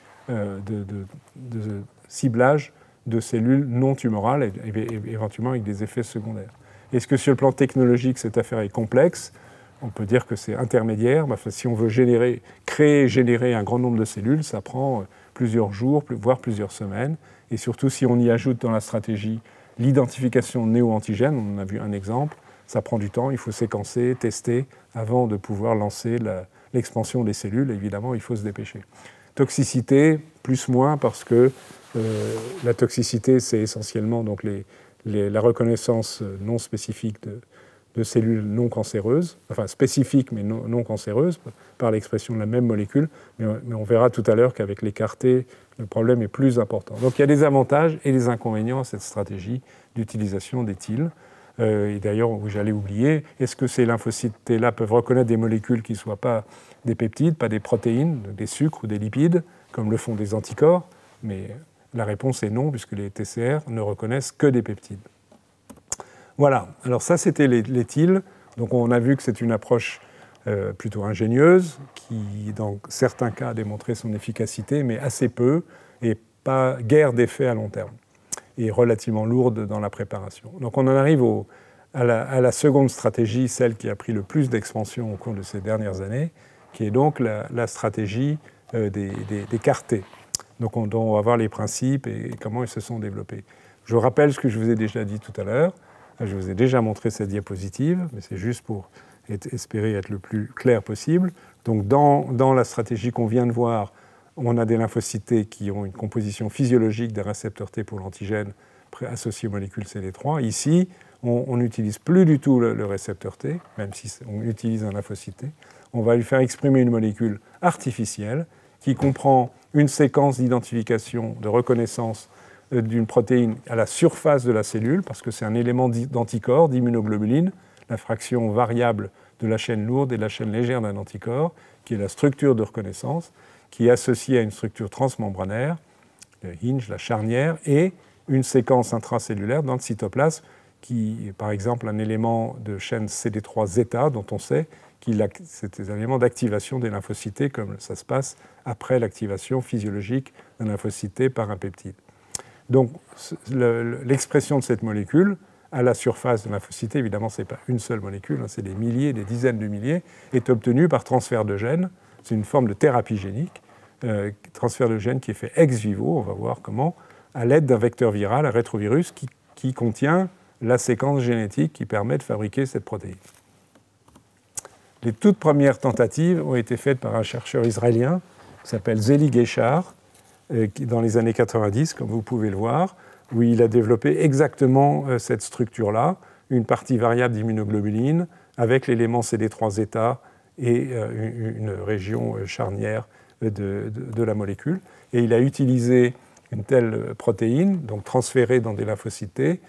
de ciblage de cellules non tumorales et éventuellement avec des effets secondaires. Est-ce que sur le plan technologique, cette affaire est complexe? On peut dire que c'est intermédiaire. Enfin, si on veut générer un grand nombre de cellules, ça prend plusieurs jours, voire plusieurs semaines. Et surtout, si on y ajoute dans la stratégie l'identification de néo-antigènes, on en a vu un exemple, ça prend du temps, il faut séquencer, tester, avant de pouvoir lancer l'expansion des cellules. Évidemment, il faut se dépêcher. Toxicité, plus-moins, parce que la toxicité, c'est essentiellement donc la reconnaissance non spécifique de cellules non cancéreuses, enfin spécifiques mais non cancéreuses, par l'expression de la même molécule, mais on verra tout à l'heure qu'avec les CAR-T, le problème est plus important. Donc il y a des avantages et des inconvénients à cette stratégie d'utilisation des TIL. Et d'ailleurs, j'allais oublier, est-ce que ces lymphocytes T-là peuvent reconnaître des molécules qui ne soient pas des peptides, pas des protéines, des sucres ou des lipides, comme le font des anticorps? Mais la réponse est non, puisque les TCR ne reconnaissent que des peptides. Voilà, alors ça c'était les TIL. Donc on a vu que c'est une approche plutôt ingénieuse, qui dans certains cas a démontré son efficacité, mais assez peu, et pas guère d'effet à long terme, et relativement lourde dans la préparation. Donc on en arrive à la seconde stratégie, celle qui a pris le plus d'expansion au cours de ces dernières années, qui est donc la stratégie des CAR-T. Donc on va voir les principes et comment ils se sont développés. Je rappelle ce que je vous ai déjà dit tout à l'heure. Je vous ai déjà montré cette diapositive, mais c'est juste pour est espéré être le plus clair possible. Donc dans la stratégie qu'on vient de voir, on a des lymphocytes T qui ont une composition physiologique d'un récepteur T pour l'antigène associé aux molécules CD3. Ici, on n'utilise plus du tout le récepteur T, même si on utilise un lymphocyte T. On va lui faire exprimer une molécule artificielle qui comprend une séquence d'identification, de reconnaissance d'une protéine à la surface de la cellule, parce que c'est un élément d'anticorps, d'immunoglobuline, la fraction variable de la chaîne lourde et de la chaîne légère d'un anticorps, qui est la structure de reconnaissance, qui est associée à une structure transmembranaire, le hinge, la charnière, et une séquence intracellulaire dans le cytoplasme, qui est par exemple un élément de chaîne CD3 zeta, dont on sait c'est des éléments d'activation des lymphocytes T, comme ça se passe après l'activation physiologique d'un lymphocyte T par un peptide. Donc l'expression de cette molécule à la surface de lymphocyte T, évidemment ce n'est pas une seule molécule, c'est des milliers, des dizaines de milliers, est obtenue par transfert de gènes. C'est une forme de thérapie génique, transfert de gènes qui est fait ex vivo, on va voir comment, à l'aide d'un vecteur viral, un rétrovirus, qui contient la séquence génétique qui permet de fabriquer cette protéine. Les toutes premières tentatives ont été faites par un chercheur israélien qui s'appelle Zeli Geshar, dans les années 90, comme vous pouvez le voir, où il a développé exactement cette structure-là, une partie variable d'immunoglobuline avec l'élément CD3 zeta et une région charnière de la molécule. Et il a utilisé une telle protéine, donc transférée dans des lymphocytes T,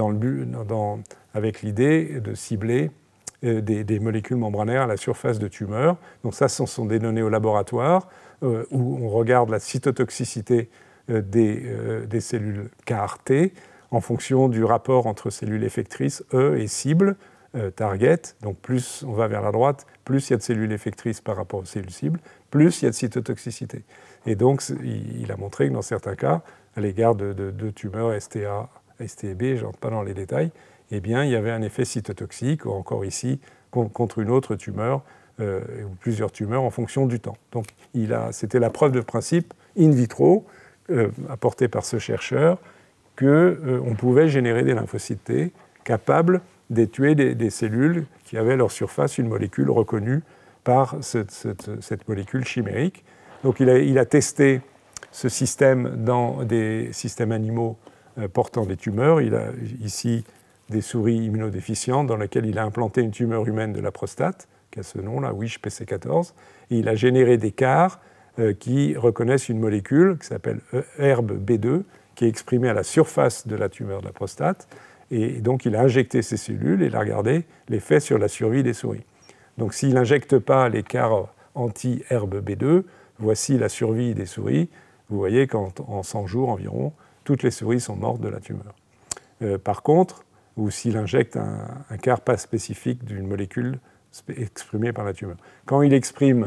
avec l'idée de cibler des molécules membranaires à la surface de tumeurs. Donc ça, ce sont des données au laboratoire où on regarde la cytotoxicité des cellules CAR-T en fonction du rapport entre cellules effectrices E et cible, target. Donc plus on va vers la droite, plus il y a de cellules effectrices par rapport aux cellules cibles, plus il y a de cytotoxicité. Et donc il a montré que dans certains cas, à l'égard de tumeurs STA, STB, je n'entre pas dans les détails, eh bien, il y avait un effet cytotoxique, ou encore ici, contre une autre tumeur, ou plusieurs tumeurs en fonction du temps. Donc, c'était la preuve de principe in vitro, apportée par ce chercheur, qu'on pouvait générer des lymphocytes T capables de tuer des cellules qui avaient à leur surface une molécule reconnue par cette molécule chimérique. Donc, il a testé ce système dans des systèmes animaux portant des tumeurs. Il a ici des souris immunodéficientes dans lesquelles il a implanté une tumeur humaine de la prostate, qui a ce nom-là, WISH PC14, et il a généré des CAR qui reconnaissent une molécule qui s'appelle ERB-B2, qui est exprimée à la surface de la tumeur de la prostate, et donc il a injecté ces cellules et il a regardé l'effet sur la survie des souris. Donc s'il n'injecte pas les CAR anti-ERB-B2, voici la survie des souris. Vous voyez qu'en 100 jours environ, toutes les souris sont mortes de la tumeur. Par contre, ou s'il injecte un CAR pas spécifique d'une molécule exprimée par la tumeur. Quand il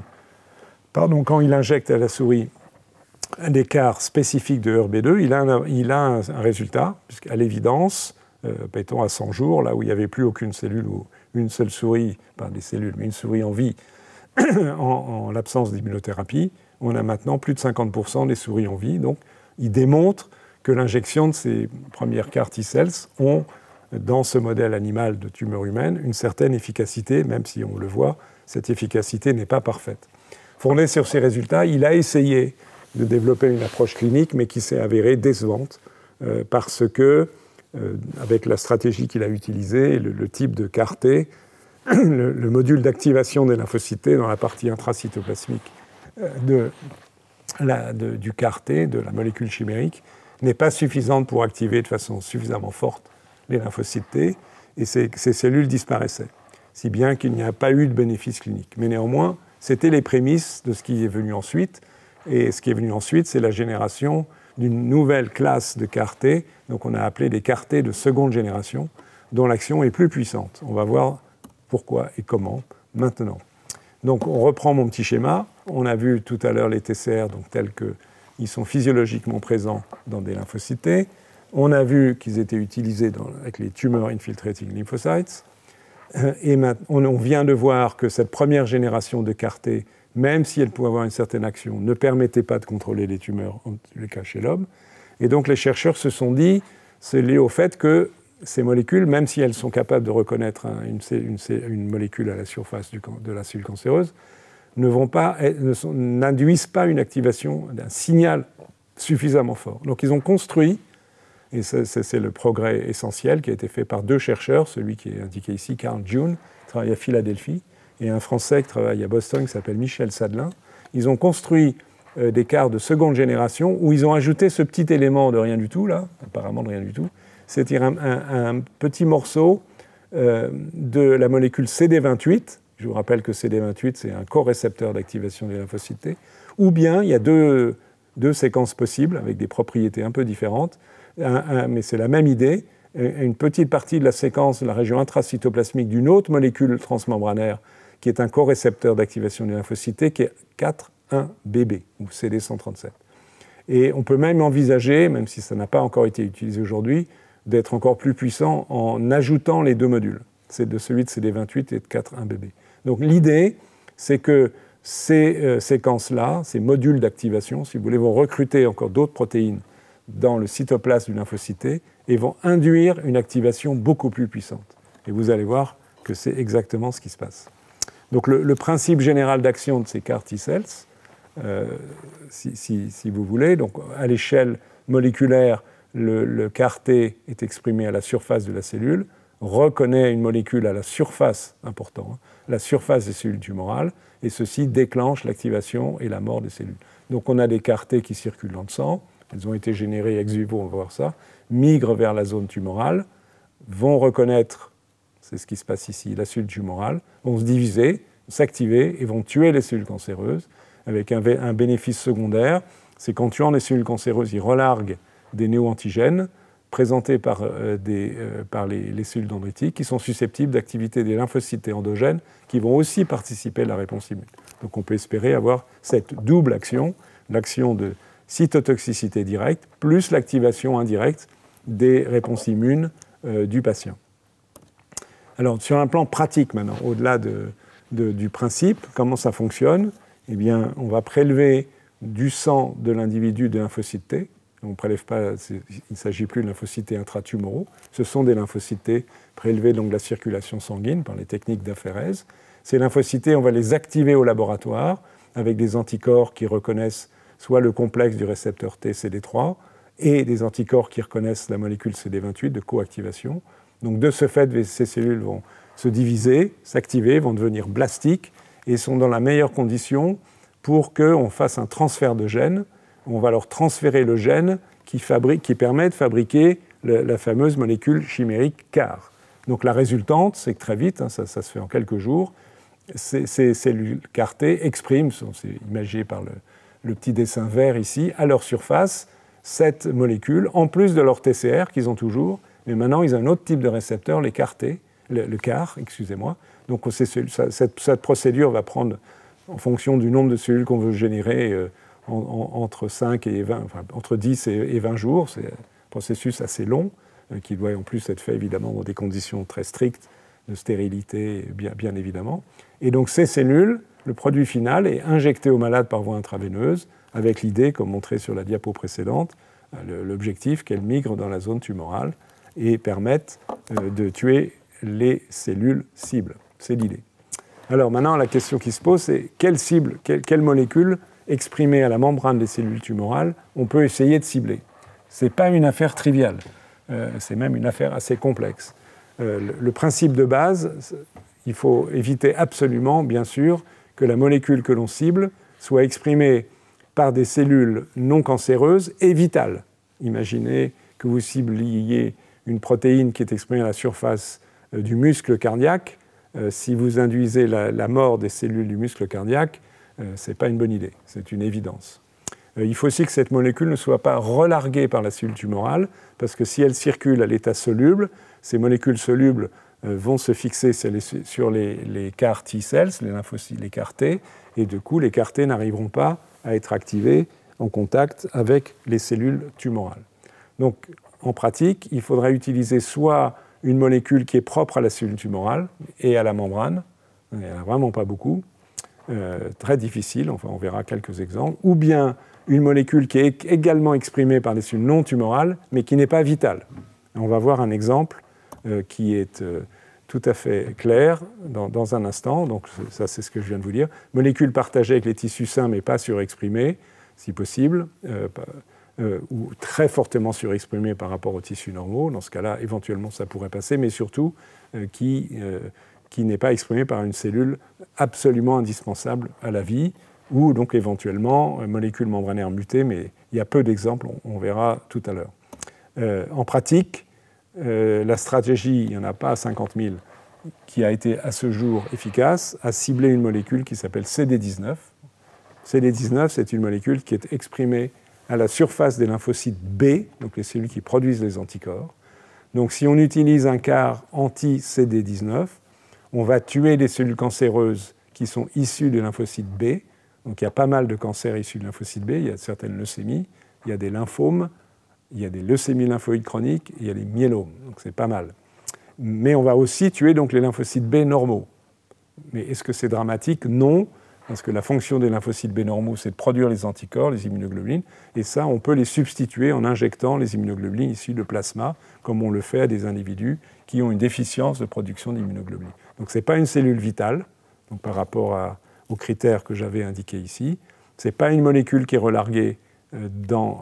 injecte à la souris des CAR spécifiques de ERB2, il a un résultat, puisqu'à l'évidence, mettons à 100 jours, là où il n'y avait plus aucune cellule ou une seule souris, pas des cellules, mais une souris en vie, en l'absence d'immunothérapie, on a maintenant plus de 50% des souris en vie. Donc, il démontre que l'injection de ces premières CAR T-cells ont, dans ce modèle animal de tumeur humaine, une certaine efficacité, même si on le voit, cette efficacité n'est pas parfaite. Fondé sur ces résultats, il a essayé de développer une approche clinique, mais qui s'est avérée décevante, parce que, avec la stratégie qu'il a utilisée, le type de CAR-T, le module d'activation des lymphocytes T dans la partie intracytoplasmique du CAR-T, de la molécule chimérique, n'est pas suffisante pour activer de façon suffisamment forte les lymphocytes T, et ces cellules disparaissaient, si bien qu'il n'y a pas eu de bénéfice clinique. Mais néanmoins, c'était les prémices de ce qui est venu ensuite, et ce qui est venu ensuite, c'est la génération d'une nouvelle classe de CAR-T, donc on a appelé des CAR-T de seconde génération, dont l'action est plus puissante. On va voir pourquoi et comment maintenant. Donc on reprend mon petit schéma. On a vu tout à l'heure les TCR donc, tels qu'ils sont physiologiquement présents dans des lymphocytes T. On a vu qu'ils étaient utilisés avec les Tumor Infiltrating Lymphocytes. Et on vient de voir que cette première génération de CAR-T, même si elle pouvait avoir une certaine action, ne permettait pas de contrôler les tumeurs, en tous les cas chez l'homme. Et donc les chercheurs se sont dit, c'est lié au fait que ces molécules, même si elles sont capables de reconnaître une molécule à la surface de la cellule cancéreuse, n'induisent pas une activation d'un signal suffisamment fort. Donc ils ont construit, et c'est le progrès essentiel qui a été fait par 2 chercheurs, celui qui est indiqué ici, Carl June, qui travaille à Philadelphie, et un Français qui travaille à Boston, qui s'appelle Michel Sadelin. Ils ont construit des quarts de seconde génération où ils ont ajouté ce petit élément de rien du tout, là, apparemment de rien du tout, c'est-à-dire un petit morceau de la molécule CD28. Je vous rappelle que CD28, c'est un corécepteur d'activation des lymphocytes T. Ou bien, il y a deux séquences possibles avec des propriétés un peu différentes, mais c'est la même idée. Une petite partie de la séquence de la région intracytoplasmique d'une autre molécule transmembranaire qui est un corécepteur d'activation des lymphocytes T, qui est 4,1-BB, ou CD137. Et on peut même envisager, même si ça n'a pas encore été utilisé aujourd'hui, d'être encore plus puissant en ajoutant les 2 modules, c'est de celui de CD28 et de 4,1-BB. Donc l'idée, c'est que ces séquences-là, ces modules d'activation, si vous voulez, vont recruter encore d'autres protéines dans le cytoplasme du lymphocyte T et vont induire une activation beaucoup plus puissante. Et vous allez voir que c'est exactement ce qui se passe. Donc le principe général d'action de ces CAR T-cells, si vous voulez, donc à l'échelle moléculaire, le CAR T est exprimé à la surface de la cellule, reconnaît une molécule à la surface, important, la surface des cellules tumorales, et ceci déclenche l'activation et la mort des cellules. Donc on a des CAR T qui circulent dans le sang, elles ont été générées ex vivo, on va voir ça, migrent vers la zone tumorale, vont reconnaître, c'est ce qui se passe ici, la cellule tumorale, vont se diviser, s'activer et vont tuer les cellules cancéreuses, avec un bénéfice secondaire, c'est qu'en tuant les cellules cancéreuses, ils relarguent des néoantigènes présentés par les cellules dendritiques qui sont susceptibles d'activité des lymphocytes endogènes qui vont aussi participer à la réponse immune. Donc on peut espérer avoir cette double action, l'action de cytotoxicité directe plus l'activation indirecte des réponses immunes du patient. Alors sur un plan pratique maintenant, au-delà du principe, comment ça fonctionne? Eh bien, on va prélever du sang de l'individu des lymphocytes T. On ne prélève pas, il ne s'agit plus de lymphocytes T intratumoraux. Ce sont des lymphocytes T prélevés donc de la circulation sanguine par les techniques d'aphérèse. Ces lymphocytes T, on va les activer au laboratoire avec des anticorps qui reconnaissent soit le complexe du récepteur T CD3 et des anticorps qui reconnaissent la molécule CD28 de coactivation. Donc de ce fait, ces cellules vont se diviser, s'activer, vont devenir blastiques et sont dans la meilleure condition pour qu'on fasse un transfert de gènes. On va leur transférer le gène qui permet de fabriquer la fameuse molécule chimérique CAR. Donc la résultante, c'est que très vite, ça se fait en quelques jours, ces cellules CAR T expriment, c'est imagé par le petit dessin vert ici, à leur surface, cette molécule, en plus de leur TCR qu'ils ont toujours, mais maintenant ils ont un autre type de récepteur, les CAR T, le CAR, excusez-moi. Donc cette procédure va prendre, en fonction du nombre de cellules qu'on veut générer, entre 5 et 20, enfin, entre 10 et 20 jours. C'est un processus assez long, qui doit en plus être fait évidemment dans des conditions très strictes de stérilité, bien évidemment. Et donc ces cellules, le produit final est injecté au malade par voie intraveineuse, avec l'idée, comme montré sur la diapo précédente, l'objectif qu'elles migrent dans la zone tumorale et permettent de tuer les cellules cibles. C'est l'idée. Alors maintenant, la question qui se pose, c'est quelle cible, quelle molécule exprimée à la membrane des cellules tumorales on peut essayer de cibler? Ce n'est pas une affaire triviale, c'est même une affaire assez complexe. Le principe de base, il faut éviter absolument, bien sûr, que la molécule que l'on cible soit exprimée par des cellules non cancéreuses et vitales. Imaginez que vous cibliez une protéine qui est exprimée à la surface du muscle cardiaque. Si vous induisez la mort des cellules du muscle cardiaque, ce n'est pas une bonne idée, c'est une évidence. Il faut aussi que cette molécule ne soit pas relarguée par la cellule tumorale, parce que si elle circule à l'état soluble, ces molécules solubles vont se fixer sur les CAR T-cells, les lymphocytes, les CAR T, et du coup, les CAR T n'arriveront pas à être activés en contact avec les cellules tumorales. Donc, en pratique, il faudrait utiliser soit une molécule qui est propre à la cellule tumorale et à la membrane, il n'y en a vraiment pas beaucoup, très difficile, enfin on verra quelques exemples, ou bien une molécule qui est également exprimée par des cellules non tumorales, mais qui n'est pas vitale. On va voir un exemple qui est tout à fait clair dans un instant. Donc ça, c'est ce que je viens de vous dire. Molécules partagées avec les tissus sains, mais pas surexprimées, si possible, ou très fortement surexprimées par rapport aux tissus normaux. Dans ce cas-là, éventuellement, ça pourrait passer, mais surtout qui n'est pas exprimé par une cellule absolument indispensable à la vie, ou donc éventuellement molécules membranaires mutées, mais il y a peu d'exemples, on verra tout à l'heure. En pratique, la stratégie, il n'y en a pas 50 000, qui a été à ce jour efficace, a ciblé une molécule qui s'appelle CD19. CD19, c'est une molécule qui est exprimée à la surface des lymphocytes B, donc les cellules qui produisent les anticorps. Donc si on utilise un CAR anti-CD19, on va tuer les cellules cancéreuses qui sont issues des lymphocytes B. Donc il y a pas mal de cancers issus de lymphocytes B, il y a certaines leucémies, il y a des lymphomes, il y a des leucémies lymphoïdes chroniques, il y a des myélomes, donc c'est pas mal. Mais on va aussi tuer donc les lymphocytes B normaux. Mais est-ce que c'est dramatique? Non, parce que la fonction des lymphocytes B normaux, c'est de produire les anticorps, les immunoglobulines, et ça, on peut les substituer en injectant les immunoglobulines issues de plasma, comme on le fait à des individus qui ont une déficience de production d'immunoglobulines. Donc ce n'est pas une cellule vitale, donc par rapport aux critères que j'avais indiqués ici. Ce n'est pas une molécule qui est relarguée dans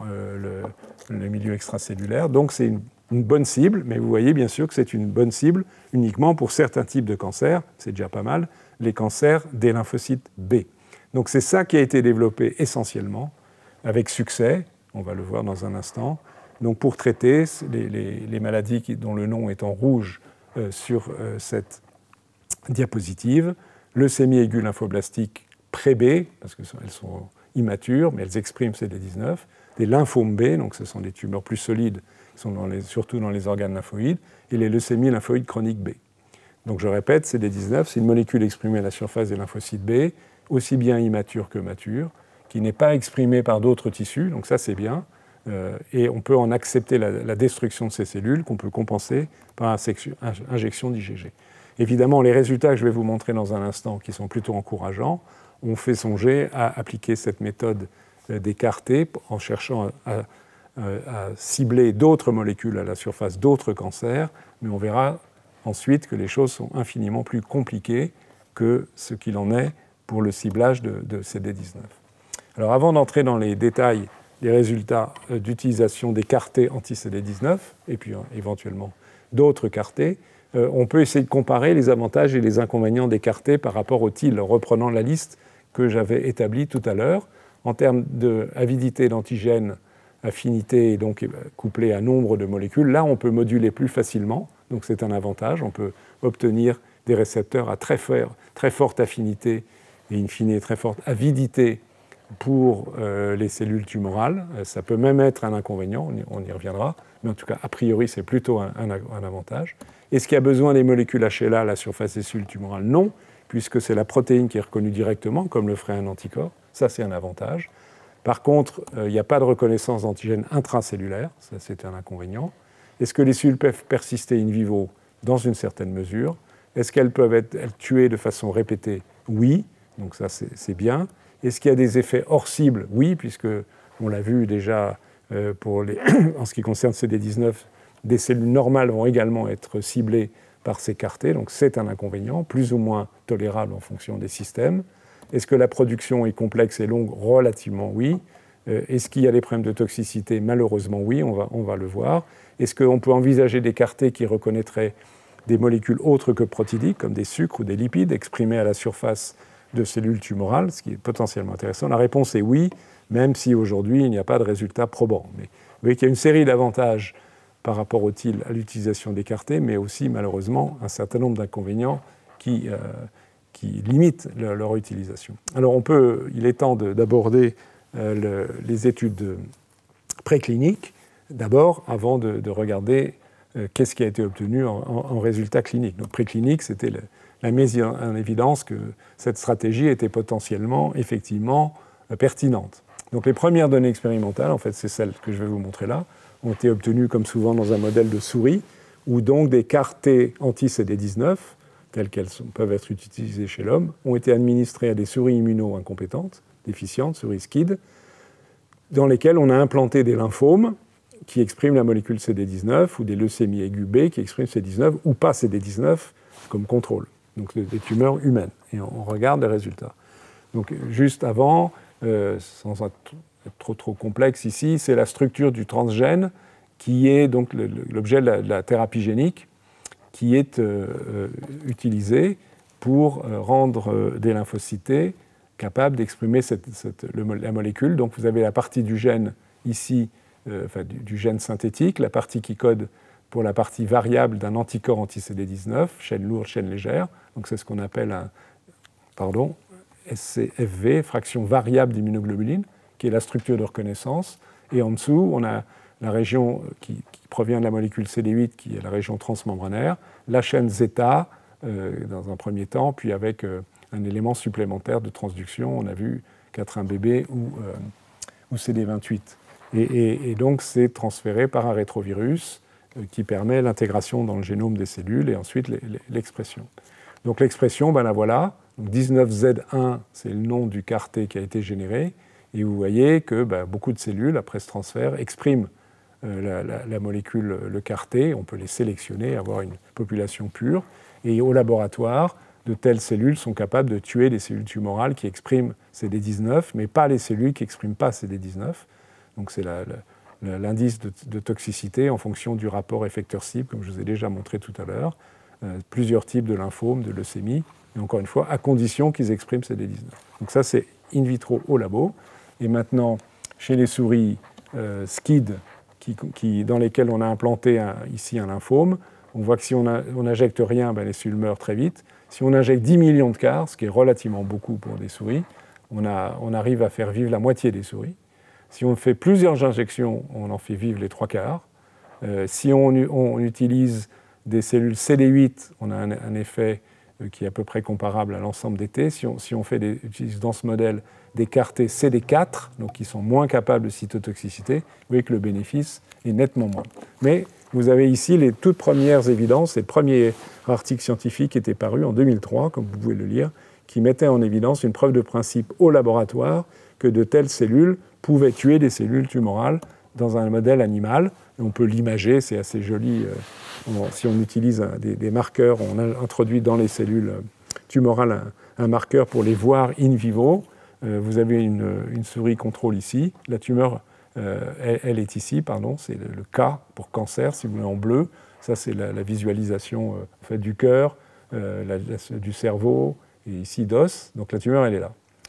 le milieu extracellulaire, donc c'est une bonne cible, mais vous voyez bien sûr que c'est une bonne cible uniquement pour certains types de cancers, c'est déjà pas mal, les cancers des lymphocytes B. Donc c'est ça qui a été développé essentiellement, avec succès, on va le voir dans un instant, donc pour traiter les maladies dont le nom est en rouge sur cette diapositive, leucémie aiguë lymphoblastique pré-B, parce qu'elles sont immatures, mais elles expriment CD19, des lymphomes B, donc ce sont des tumeurs plus solides, qui sont surtout dans les organes lymphoïdes, et les leucémies lymphoïdes chroniques B. Donc je répète, CD19, c'est une molécule exprimée à la surface des lymphocytes B, aussi bien immature que mature, qui n'est pas exprimée par d'autres tissus, donc ça c'est bien, et on peut en accepter la destruction de ces cellules, qu'on peut compenser par injection d'IgG. Évidemment, les résultats que je vais vous montrer dans un instant, qui sont plutôt encourageants, ont fait songer à appliquer cette méthode d'écarter en cherchant à cibler d'autres molécules à la surface d'autres cancers, mais on verra ensuite que les choses sont infiniment plus compliquées que ce qu'il en est pour le ciblage de CD19. Alors avant d'entrer dans les détails des résultats d'utilisation des CAR-T anti-CD19, et puis éventuellement d'autres CAR-T, on peut essayer de comparer les avantages et les inconvénients des CAR-T par rapport au TIL, reprenant la liste que j'avais établie tout à l'heure. En termes d'avidité d'antigène, affinité, et donc couplée à nombre de molécules, là on peut moduler plus facilement, donc c'est un avantage. On peut obtenir des récepteurs à très forte affinité et in fine très forte avidité pour les cellules tumorales. Ça peut même être un inconvénient, on y reviendra, mais en tout cas, a priori, c'est plutôt un avantage. Est-ce qu'il y a besoin des molécules HLA à la surface des cellules tumorales? Non, puisque c'est la protéine qui est reconnue directement, comme le ferait un anticorps. Ça, c'est un avantage. Par contre, il n'y a pas de reconnaissance d'antigènes intracellulaires, ça c'est un inconvénient. Est-ce que les cellules peuvent persister in vivo? Dans une certaine mesure. Est-ce qu'elles peuvent être tuées de façon répétée? Oui, donc ça c'est bien. Est-ce qu'il y a des effets hors cible? Oui, puisque on l'a vu déjà en ce qui concerne CD19, des cellules normales vont également être ciblées par ces CAR-T, donc c'est un inconvénient, plus ou moins tolérable en fonction des systèmes. Est-ce que la production est complexe et longue? Relativement oui. Est-ce qu'il y a des problèmes de toxicité? Malheureusement oui, on va le voir. Est-ce qu'on peut envisager des CAR-T qui reconnaîtraient des molécules autres que protidiques, comme des sucres ou des lipides, exprimés à la surface de cellules tumorales, ce qui est potentiellement intéressant? La réponse est oui, même si aujourd'hui il n'y a pas de résultats probants. Mais vous voyez qu'il y a une série d'avantages par rapport au TIL à l'utilisation des CAR-T, mais aussi malheureusement un certain nombre d'inconvénients qui limitent leur utilisation. Alors il est temps d'aborder les études précliniques, d'abord, avant de regarder qu'est-ce qui a été obtenu en résultats cliniques. Donc préclinique, c'était la mise en évidence que cette stratégie était potentiellement, effectivement, pertinente. Donc les premières données expérimentales, en fait c'est celles que je vais vous montrer là, ont été obtenues comme souvent dans un modèle de souris, où donc des CAR-T anti-CD19, telles qu'elles peuvent être utilisées chez l'homme, ont été administrées à des souris immuno-incompétentes, déficientes, souris SCID, dans lesquelles on a implanté des lymphomes qui expriment la molécule CD19 ou des leucémies aiguës B qui expriment CD19 ou pas CD19 comme contrôle, donc des tumeurs humaines. Et on regarde les résultats. Donc juste avant, sans être trop complexe ici, c'est la structure du transgène qui est donc l'objet de la thérapie génique qui est utilisée pour rendre des lymphocytes capables d'exprimer la molécule. Donc vous avez la partie du gène ici, du gène synthétique, la partie qui code pour la partie variable d'un anticorps anti-CD19, chaîne lourde, chaîne légère. Donc c'est ce qu'on appelle SCFV, fraction variable d'immunoglobuline, qui est la structure de reconnaissance. Et en dessous, on a la région qui provient de la molécule CD8, qui est la région transmembranaire, la chaîne zeta dans un premier temps, puis avec un élément supplémentaire de transduction, on a vu 4,1-BB ou CD28. Et donc c'est transféré par un rétrovirus qui permet l'intégration dans le génome des cellules et ensuite l'expression. Donc l'expression, la voilà. Donc 19Z1, c'est le nom du CAR-T qui a été généré. Et vous voyez que beaucoup de cellules, après ce transfert, expriment la molécule, le CAR-T. On peut les sélectionner, avoir une population pure. Et au laboratoire, de telles cellules sont capables de tuer des cellules tumorales qui expriment CD19, mais pas les cellules qui n'expriment pas CD19. Donc c'est l'indice de toxicité en fonction du rapport effecteur-cible, comme je vous ai déjà montré tout à l'heure. Plusieurs types de lymphomes, de leucémies, et encore une fois, à condition qu'ils expriment CD19. Donc ça, c'est in vitro au labo. Et maintenant, chez les souris SCID, dans lesquelles on a implanté ici un lymphome, on voit que si on n'injecte rien, les cellules meurent très vite. Si on injecte 10 millions de CAR, ce qui est relativement beaucoup pour des souris, on arrive à faire vivre la moitié des souris. Si on fait plusieurs injections, on en fait vivre les 3/4. Si on utilise des cellules CD8, on a un effet qui est à peu près comparable à l'ensemble des T. Si on utilise dans ce modèle des CAR-T CD4, donc qui sont moins capables de cytotoxicité, vous voyez que le bénéfice est nettement moins. Mais vous avez ici les toutes premières évidences, les premiers articles scientifiques qui étaient parus en 2003, comme vous pouvez le lire, qui mettaient en évidence une preuve de principe au laboratoire que de telles cellules pouvaient tuer des cellules tumorales dans un modèle animal. Et on peut l'imager, c'est assez joli. Si on utilise des marqueurs, on introduit dans les cellules tumorales un marqueur pour les voir in vivo. Vous avez une souris contrôle ici. La tumeur, elle est ici, c'est le K pour cancer, si vous voulez, en bleu. Ça, c'est la visualisation du cœur, du cerveau, et ici d'os. Donc la tumeur, elle est là.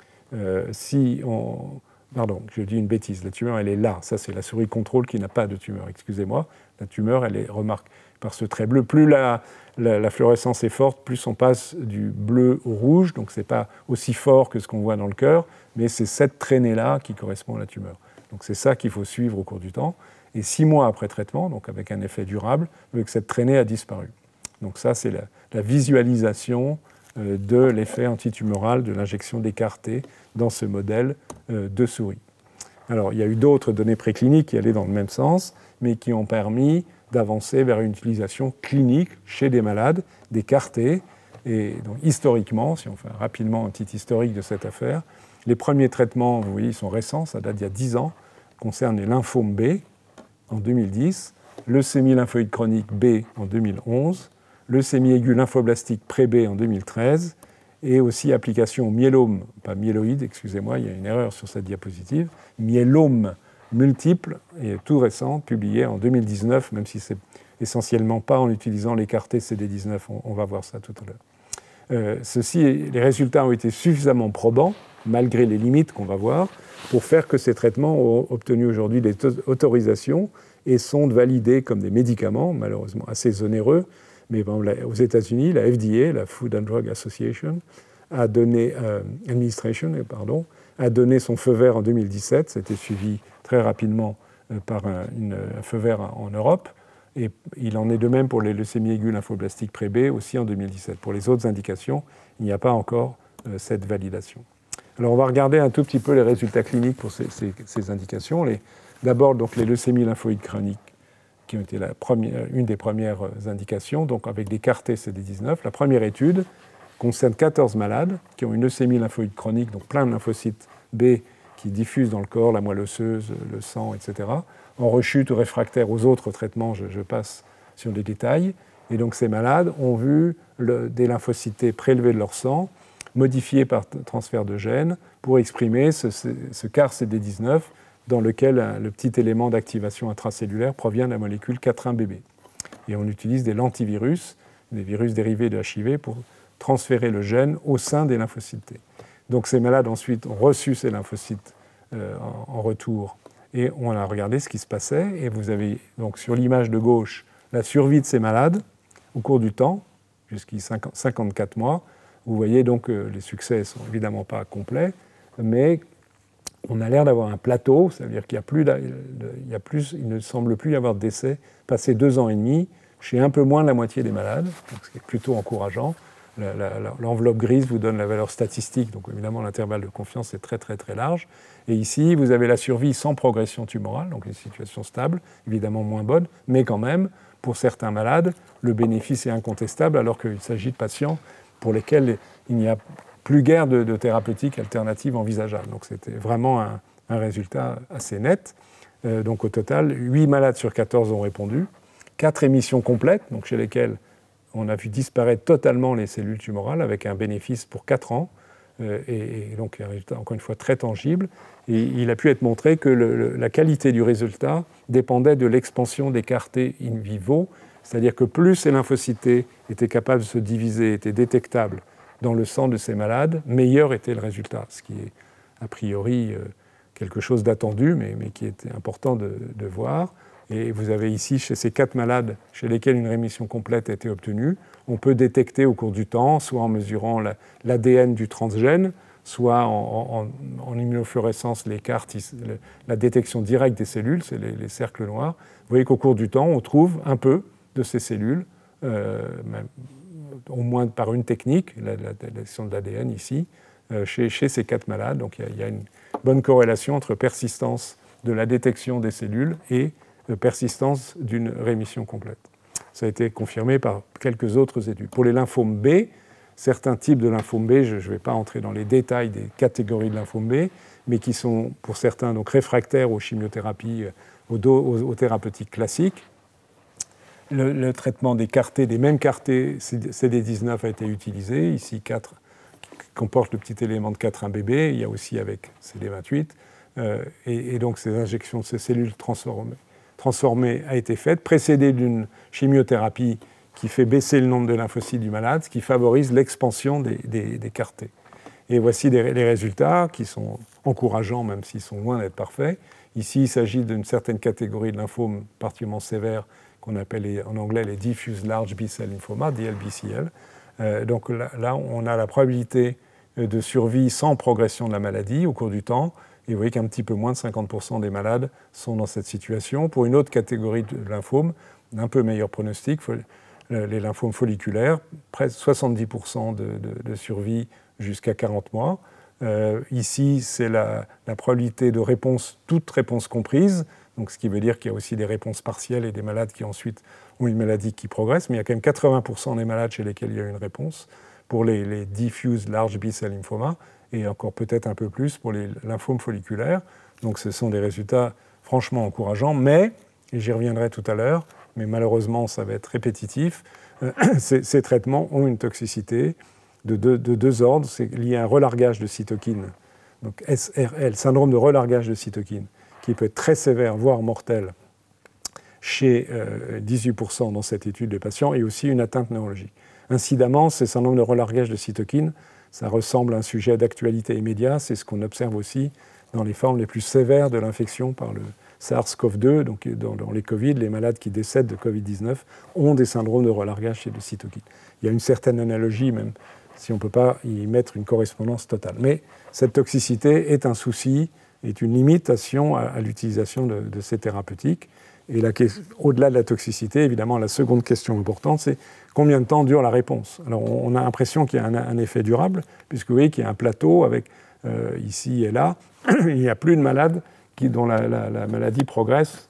Pardon, je dis une bêtise, la tumeur, elle est là. Ça, c'est la souris contrôle qui n'a pas de tumeur, excusez-moi. La tumeur, elle est remarquée par ce trait bleu. Plus la fluorescence est forte, plus on passe du bleu au rouge. Donc, ce n'est pas aussi fort que ce qu'on voit dans le cœur, mais c'est cette traînée-là qui correspond à la tumeur. Donc, c'est ça qu'il faut suivre au cours du temps. Et 6 mois après traitement, donc avec un effet durable, vous voyez que cette traînée a disparu. Donc, ça, c'est la visualisation de l'effet antitumoral de l'injection des CAR-T dans ce modèle de souris. Alors, il y a eu d'autres données précliniques qui allaient dans le même sens, mais qui ont permis d'avancer vers une utilisation clinique chez des malades, des CAR-T. Et donc, historiquement, si on fait rapidement un petit historique de cette affaire, les premiers traitements, vous voyez, ils sont récents, ça date d'il y a 10 ans, concernent les lymphomes B en 2010, leucémie lymphoïde chronique B en 2011, leucémie aiguë lymphoblastique pré-B en 2013, et aussi application au myélome, pas myéloïde, excusez-moi, il y a une erreur sur cette diapositive, myélome multiple, et tout récent, publié en 2019, même si c'est essentiellement pas en utilisant les CAR-T CD19, on va voir ça tout à l'heure. Les résultats ont été suffisamment probants, malgré les limites qu'on va voir, pour faire que ces traitements ont obtenu aujourd'hui des autorisations et sont validés comme des médicaments, malheureusement assez onéreux. Mais bon, aux États-Unis, la FDA, la Food and Drug Administration, a donné son feu vert en 2017. C'était suivi très rapidement par un feu vert en Europe. Et il en est de même pour les leucémies aiguës lymphoblastiques pré-B, aussi en 2017. Pour les autres indications, il n'y a pas encore cette validation. Alors, on va regarder un tout petit peu les résultats cliniques pour ces indications. D'abord, donc, les leucémies lymphoïdes chroniques, qui ont été une des premières indications, donc avec des CAR-T CD19. La première étude concerne 14 malades qui ont une leucémie lymphoïde chronique, donc plein de lymphocytes B qui diffusent dans le corps, la moelle osseuse, le sang, etc. En rechute ou réfractaire aux autres traitements, je passe sur les détails. Et donc ces malades ont vu des lymphocytes T prélevés de leur sang, modifiés par transfert de gènes, pour exprimer ce CAR CD19 dans lequel le petit élément d'activation intracellulaire provient de la molécule 4,1-BB. Et on utilise des lentivirus, des virus dérivés de HIV, pour transférer le gène au sein des lymphocytes T. Donc ces malades ensuite ont reçu ces lymphocytes en retour et on a regardé ce qui se passait. Et vous avez donc sur l'image de gauche la survie de ces malades au cours du temps, jusqu'à 54 mois. Vous voyez donc que les succès ne sont évidemment pas complets, mais on a l'air d'avoir un plateau, ça veut dire qu'il il ne semble plus y avoir de décès passé 2 ans et demi chez un peu moins de la moitié des malades, donc ce qui est plutôt encourageant. L'enveloppe grise vous donne la valeur statistique, donc évidemment l'intervalle de confiance est très très très large. Et ici, vous avez la survie sans progression tumorale, donc une situation stable, évidemment moins bonne, mais quand même, pour certains malades, le bénéfice est incontestable, alors qu'il s'agit de patients pour lesquels il n'y a plus guère de thérapeutiques alternatives envisageables. Donc c'était vraiment un résultat assez net. Donc au total, 8 malades sur 14 ont répondu, 4 émissions complètes, donc chez lesquelles on a vu disparaître totalement les cellules tumorales avec un bénéfice pour 4 ans, et donc un résultat encore une fois très tangible. Et il a pu être montré que la qualité du résultat dépendait de l'expansion des CAR T in vivo, c'est-à-dire que plus ces lymphocytes T étaient capables de se diviser, étaient détectables dans le sang de ces malades, meilleur était le résultat, ce qui est a priori quelque chose d'attendu, mais qui est important de voir. Et vous avez ici, chez ces 4 malades chez lesquels une rémission complète a été obtenue, on peut détecter au cours du temps, soit en mesurant l'ADN du transgène, soit en immunofluorescence, les cartes, la détection directe des cellules, c'est les cercles noirs. Vous voyez qu'au cours du temps, on trouve un peu de ces cellules, au moins par une technique, la détection de l'ADN ici, chez ces 4 malades. Donc il y a une bonne corrélation entre persistance de la détection des cellules et persistance d'une rémission complète. Ça a été confirmé par quelques autres études. Pour les lymphomes B, certains types de lymphomes B, je ne vais pas entrer dans les détails des catégories de lymphomes B, mais qui sont pour certains donc réfractaires aux chimiothérapies, aux thérapeutiques classiques. Le traitement des CAR T, des mêmes CAR T CD19 a été utilisé. Ici, 4 comportent le petit élément de 4,1-BB. Il y a aussi avec CD28. Et donc, ces injections de ces cellules transformées a été faite, précédée d'une chimiothérapie qui fait baisser le nombre de lymphocytes du malade, ce qui favorise l'expansion des CAR T. Et voici les résultats qui sont encourageants, même s'ils sont loin d'être parfaits. Ici, il s'agit d'une certaine catégorie de lymphomes particulièrement sévères qu'on appelle en anglais les diffuse large B-cell lymphoma, DLBCL. Donc là, on a la probabilité de survie sans progression de la maladie au cours du temps. Et vous voyez qu'un petit peu moins de 50% des malades sont dans cette situation. Pour une autre catégorie de lymphomes, un peu meilleur pronostic, les lymphomes folliculaires, presque 70% de survie jusqu'à 40 mois. Ici, c'est la probabilité de réponse, toute réponse comprise, donc ce qui veut dire qu'il y a aussi des réponses partielles et des malades qui ensuite ont une maladie qui progresse, mais il y a quand même 80% des malades chez lesquels il y a une réponse pour les diffuse large B-cell lymphoma, et encore peut-être un peu plus pour les lymphomes folliculaires. Donc ce sont des résultats franchement encourageants, mais, et j'y reviendrai tout à l'heure, mais malheureusement ça va être répétitif, ces traitements ont une toxicité de deux ordres. C'est lié à un relargage de cytokines, donc SRL, syndrome de relargage de cytokines, qui peut être très sévère, voire mortel, chez 18% dans cette étude des patients, et aussi une atteinte neurologique. Incidemment, ces syndromes de relargage de cytokines, ça ressemble à un sujet d'actualité immédiat. C'est ce qu'on observe aussi dans les formes les plus sévères de l'infection par le SARS-CoV-2. Donc dans les Covid, les malades qui décèdent de Covid-19 ont des syndromes de relargage chez les cytokines. Il y a une certaine analogie, même si on ne peut pas y mettre une correspondance totale. Mais cette toxicité est un souci, est une limitation à l'utilisation de ces thérapeutiques. Et au-delà de la toxicité, évidemment, la seconde question importante, c'est combien de temps dure la réponse. Alors, on a l'impression qu'il y a un effet durable, puisque vous voyez qu'il y a un plateau avec ici et là. Il n'y a plus de malades dont la maladie progresse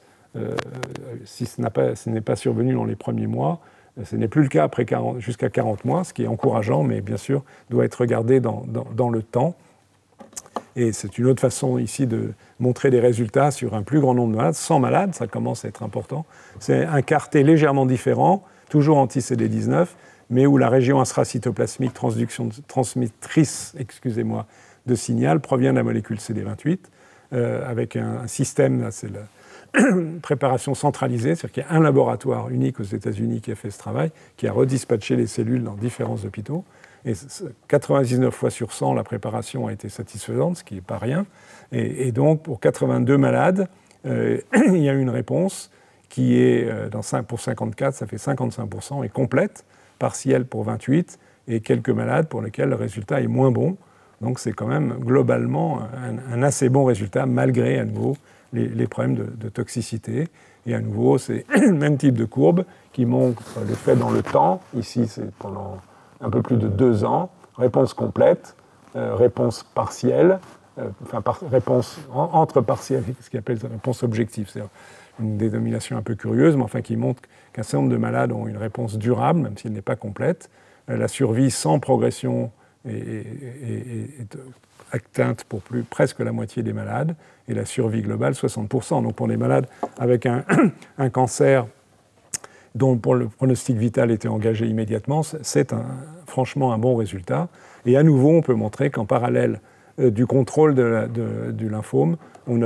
si ce n'est pas survenu dans les premiers mois. Ce n'est plus le cas jusqu'à 40 mois, ce qui est encourageant, mais bien sûr doit être regardé dans le temps. Et c'est une autre façon ici de montrer des résultats sur un plus grand nombre de malades. 100 malades, ça commence à être important. C'est un quartet légèrement différent, toujours anti-CD19, mais où la région intracytoplasmique transmettrice de signal provient de la molécule CD28, avec un système, là, c'est la préparation centralisée, c'est-à-dire qu'il y a un laboratoire unique aux États-Unis qui a fait ce travail, qui a redispatché les cellules dans différents hôpitaux. Et 99 fois sur 100, la préparation a été satisfaisante, ce qui n'est pas rien. Et donc, pour 82 malades, il y a une réponse qui est, pour 54, ça fait 55%, et complète, partielle pour 28, et quelques malades pour lesquels le résultat est moins bon. Donc c'est quand même globalement un assez bon résultat, malgré à nouveau les problèmes de toxicité. Et à nouveau, c'est le même type de courbe qui montre l'effet dans le temps. Ici, c'est pendant un peu plus de 2 ans. Réponse complète, réponse partielle, réponse entre partielle, ce qu'on appelle réponse objective. C'est une dénomination un peu curieuse, mais enfin qui montre qu'un certain nombre de malades ont une réponse durable, même si elle n'est pas complète. La survie sans progression est atteinte pour presque la moitié des malades, et la survie globale, 60%. Donc pour les malades avec un cancer dont pour le pronostic vital était engagé immédiatement, c'est franchement un bon résultat. Et à nouveau, on peut montrer qu'en parallèle du contrôle du lymphome,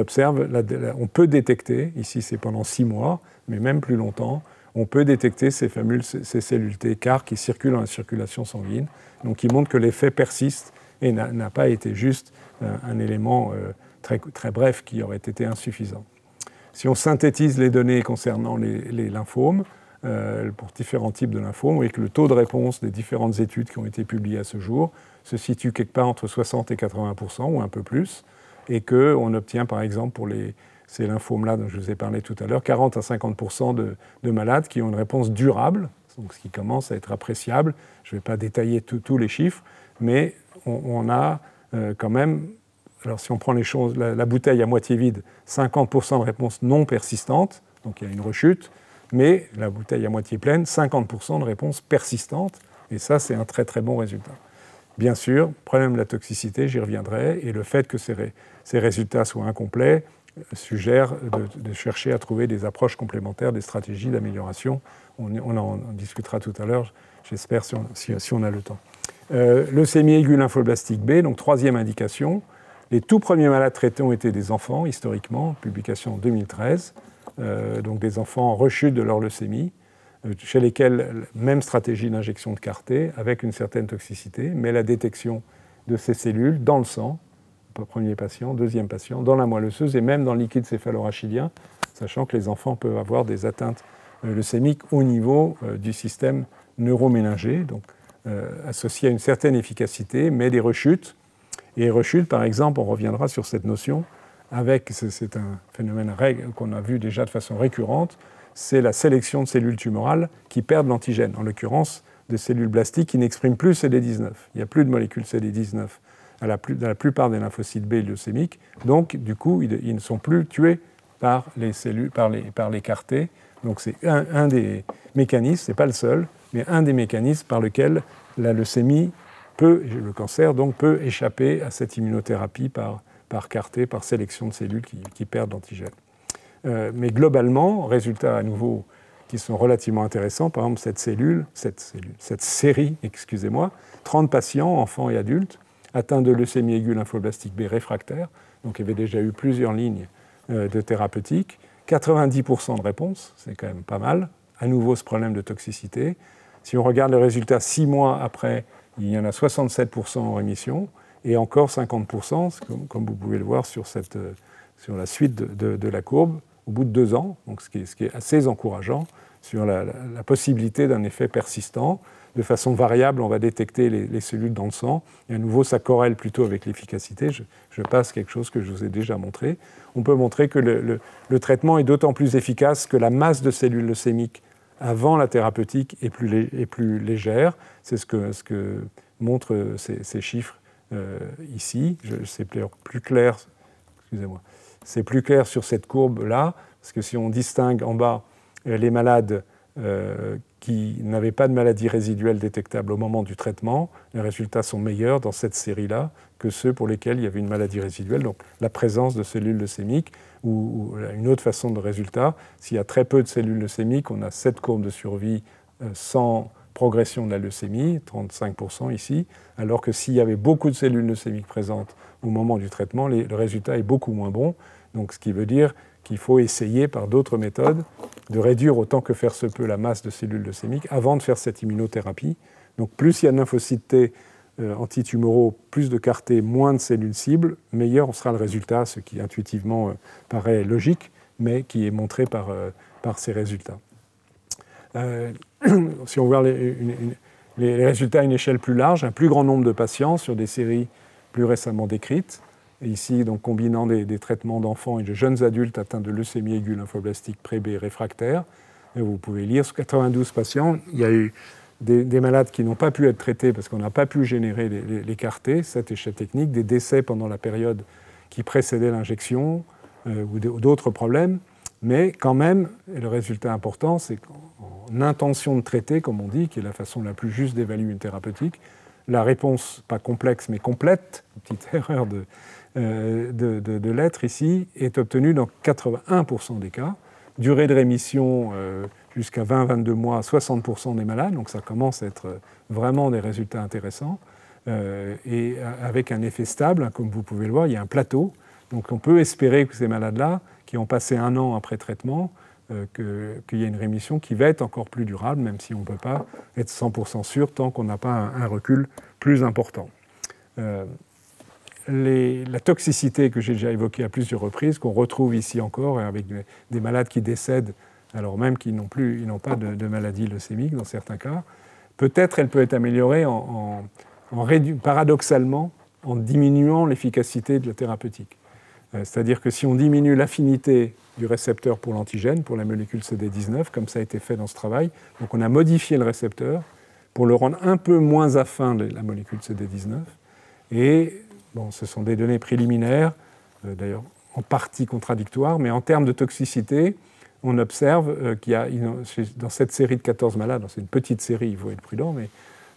on peut détecter, ici c'est pendant 6 mois, mais même plus longtemps, on peut détecter ces cellules T CAR qui circulent dans la circulation sanguine, donc qui montrent que l'effet persiste et n'a pas été juste un élément très, très bref qui aurait été insuffisant. Si on synthétise les données concernant les lymphomes, pour différents types de lymphomes, vous voyez que le taux de réponse des différentes études qui ont été publiées à ce jour se situe quelque part entre 60 et 80%, ou un peu plus, et qu'on obtient par exemple pour ces lymphomes-là dont je vous ai parlé tout à l'heure, 40 à 50% de malades qui ont une réponse durable, donc ce qui commence à être appréciable. Je ne vais pas détailler tous les chiffres, mais on a quand même, alors si on prend les choses, la bouteille à moitié vide, 50% de réponses non persistantes, donc il y a une rechute, mais la bouteille à moitié pleine, 50% de réponses persistantes, et ça c'est un très très bon résultat. Bien sûr, problème de la toxicité, j'y reviendrai, et le fait que ces résultats soient incomplets suggère de chercher à trouver des approches complémentaires, des stratégies d'amélioration. On en discutera tout à l'heure, j'espère, si on a le temps. Leucémie aiguë lymphoblastique B, donc 3e indication. Les tout premiers malades traités ont été des enfants, historiquement, publication en 2013, donc des enfants en rechute de leur leucémie, chez lesquels même stratégie d'injection de CAR-T avec une certaine toxicité, mais la détection de ces cellules dans le sang, premier patient, deuxième patient, dans la moelle osseuse et même dans le liquide céphalorachidien, sachant que les enfants peuvent avoir des atteintes leucémiques au niveau du système neuroméningé, donc associées à une certaine efficacité, mais des rechutes. Et les rechutes, par exemple, on reviendra sur cette notion, c'est un phénomène qu'on a vu déjà de façon récurrente, c'est la sélection de cellules tumorales qui perdent l'antigène, en l'occurrence de cellules blastiques qui n'expriment plus CD19. Il n'y a plus de molécules CD19 dans la plupart des lymphocytes B leucémiques, donc du coup ils ne sont plus tués par les cellules, par les CAR-T. Donc c'est un des mécanismes, c'est pas le seul, mais un des mécanismes par lequel la leucémie le cancer donc peut échapper à cette immunothérapie par CAR-T, par sélection de cellules qui perdent l'antigène. Mais globalement, résultats à nouveau qui sont relativement intéressants, par exemple cette série, 30 patients, enfants et adultes, atteints de leucémie aiguë lymphoblastique B réfractaire, donc il y avait déjà eu plusieurs lignes de thérapeutique, 90% de réponse, c'est quand même pas mal, à nouveau ce problème de toxicité. Si on regarde les résultats 6 mois après, il y en a 67% en rémission, et encore 50%, comme vous pouvez le voir sur la suite de la courbe, au bout de 2 ans, donc ce qui est assez encourageant, sur la possibilité d'un effet persistant. De façon variable, on va détecter les cellules dans le sang, et à nouveau, ça corrèle plutôt avec l'efficacité. Je passe quelque chose que je vous ai déjà montré. On peut montrer que le traitement est d'autant plus efficace que la masse de cellules leucémiques avant la thérapeutique est plus légère. C'est ce que montrent ces chiffres ici. C'est plus clair, excusez-moi. C'est plus clair sur cette courbe-là, parce que si on distingue en bas les malades qui n'avaient pas de maladie résiduelle détectable au moment du traitement, les résultats sont meilleurs dans cette série-là que ceux pour lesquels il y avait une maladie résiduelle, donc la présence de cellules leucémiques, ou une autre façon de résultat. S'il y a très peu de cellules leucémiques, on a cette courbe de survie sans progression de la leucémie, 35% ici, alors que s'il y avait beaucoup de cellules leucémiques présentes au moment du traitement, le résultat est beaucoup moins bon. Donc, ce qui veut dire qu'il faut essayer par d'autres méthodes de réduire autant que faire se peut la masse de cellules leucémiques avant de faire cette immunothérapie. Donc, plus il y a de lymphocytes T antitumoraux, plus de CAR T, moins de cellules cibles, meilleur sera le résultat, ce qui intuitivement paraît logique, mais qui est montré par ces résultats. Si on voit les résultats à une échelle plus large, un plus grand nombre de patients sur des séries plus récemment décrites, et ici donc combinant des traitements d'enfants et de jeunes adultes atteints de leucémie aiguë lymphoblastique pré-B réfractaire. Et vous pouvez lire, sur 92 patients, il y a eu des malades qui n'ont pas pu être traités parce qu'on n'a pas pu générer les CAR T, cet échec technique, des décès pendant la période qui précédait l'injection ou d'autres problèmes. Mais quand même, et le résultat important, c'est qu'en intention de traiter, comme on dit, qui est la façon la plus juste d'évaluer une thérapeutique, la réponse, pas complexe mais complète, petite erreur de lettres ici, est obtenue dans 81% des cas. Durée de rémission jusqu'à 20-22 mois, 60% des malades, donc ça commence à être vraiment des résultats intéressants, et avec un effet stable, comme vous pouvez le voir, il y a un plateau, donc on peut espérer que ces malades-là, qui ont passé 1 an après traitement, qu'il y ait une rémission qui va être encore plus durable, même si on ne peut pas être 100% sûr tant qu'on n'a pas un recul plus important. La toxicité que j'ai déjà évoquée à plusieurs reprises, qu'on retrouve ici encore avec des malades qui décèdent alors même qu'ils n'ont pas de maladie leucémique dans certains cas, peut-être elle peut être améliorée paradoxalement en diminuant l'efficacité de la thérapeutique. C'est-à-dire que si on diminue l'affinité du récepteur pour l'antigène, pour la molécule CD19, comme ça a été fait dans ce travail, donc on a modifié le récepteur pour le rendre un peu moins affin de la molécule CD19, et bon, ce sont des données préliminaires, d'ailleurs en partie contradictoires, mais en termes de toxicité, on observe qu'il y a, dans cette série de 14 malades, c'est une petite série, il faut être prudent, mais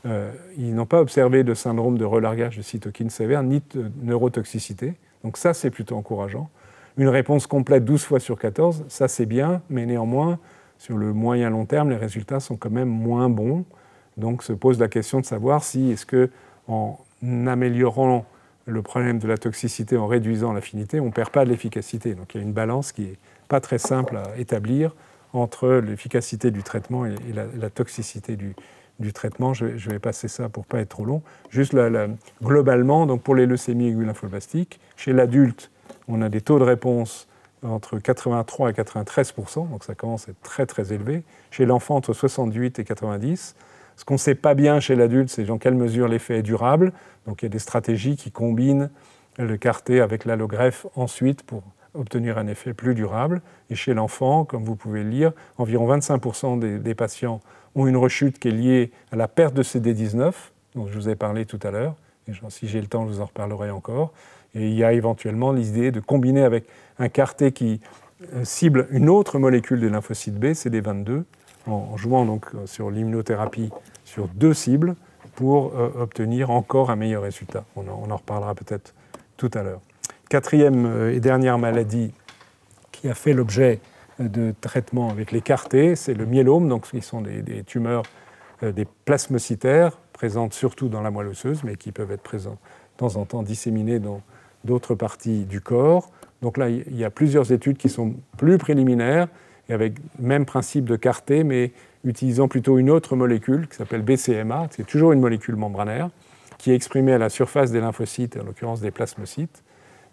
ils n'ont pas observé de syndrome de relargage de cytokines sévère, ni de neurotoxicité. Donc ça, c'est plutôt encourageant. Une réponse complète 12 fois sur 14, ça c'est bien, mais néanmoins, sur le moyen long terme, les résultats sont quand même moins bons. Donc se pose la question de savoir si, est-ce qu'en améliorant le problème de la toxicité, en réduisant l'affinité, on ne perd pas de l'efficacité. Donc il y a une balance qui n'est pas très simple à établir entre l'efficacité du traitement et la toxicité du traitement. Je vais passer ça pour ne pas être trop long. Juste globalement, donc pour les leucémies aiguës lymphoblastiques, chez l'adulte, on a des taux de réponse entre 83 et 93%, donc ça commence à être très très élevé. Chez l'enfant, entre 68 et 90. Ce qu'on ne sait pas bien chez l'adulte, c'est dans quelle mesure l'effet est durable. Donc il y a des stratégies qui combinent le CAR T avec l'allogreffe ensuite pour obtenir un effet plus durable. Et chez l'enfant, comme vous pouvez le lire, environ 25% des patients ont une rechute qui est liée à la perte de CD19, dont je vous ai parlé tout à l'heure. Et si j'ai le temps, je vous en reparlerai encore. Et il y a éventuellement l'idée de combiner avec un CAR T qui cible une autre molécule des lymphocytes B, CD22, en jouant donc sur l'immunothérapie sur 2 cibles pour obtenir encore un meilleur résultat. On en reparlera peut-être tout à l'heure. 4e et dernière maladie qui a fait l'objet de traitements avec les CAR T, c'est le myélome, donc qui sont des tumeurs, des plasmocytaires, présentes surtout dans la moelle osseuse, mais qui peuvent être présents de temps en temps disséminés dans d'autres parties du corps. Donc là, il y a plusieurs études qui sont plus préliminaires, et avec le même principe de CAR T, mais utilisant plutôt une autre molécule qui s'appelle BCMA, c'est toujours une molécule membranaire, qui est exprimée à la surface des lymphocytes, en l'occurrence des plasmocytes,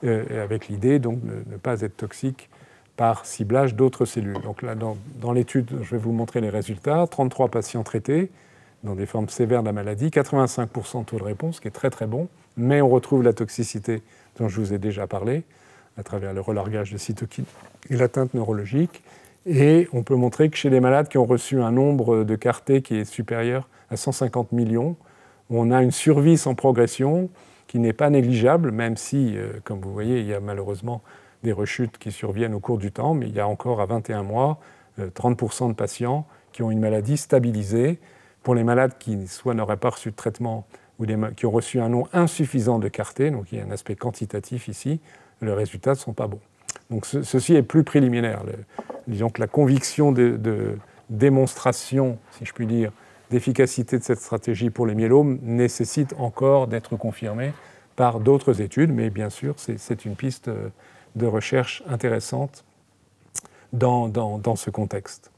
avec l'idée donc de ne pas être toxique par ciblage d'autres cellules. Donc là, dans l'étude, je vais vous montrer les résultats. 33 patients traités dans des formes sévères de la maladie, 85% de taux de réponse, qui est très très bon, mais on retrouve la toxicité dont je vous ai déjà parlé, à travers le relargage de cytokines et l'atteinte neurologique. Et on peut montrer que chez les malades qui ont reçu un nombre de CAR T qui est supérieur à 150 millions, on a une survie sans progression qui n'est pas négligeable, même si, comme vous voyez, il y a malheureusement des rechutes qui surviennent au cours du temps, mais il y a encore à 21 mois 30% de patients qui ont une maladie stabilisée. Pour les malades qui soit n'auraient pas reçu de traitement ou qui ont reçu un nombre insuffisant de CAR-T, donc il y a un aspect quantitatif ici, les résultats ne sont pas bons. Donc ceci est plus préliminaire. Disons que la conviction de démonstration, si je puis dire, d'efficacité de cette stratégie pour les myélomes nécessite encore d'être confirmée par d'autres études, mais bien sûr, c'est une piste de recherche intéressante dans ce contexte.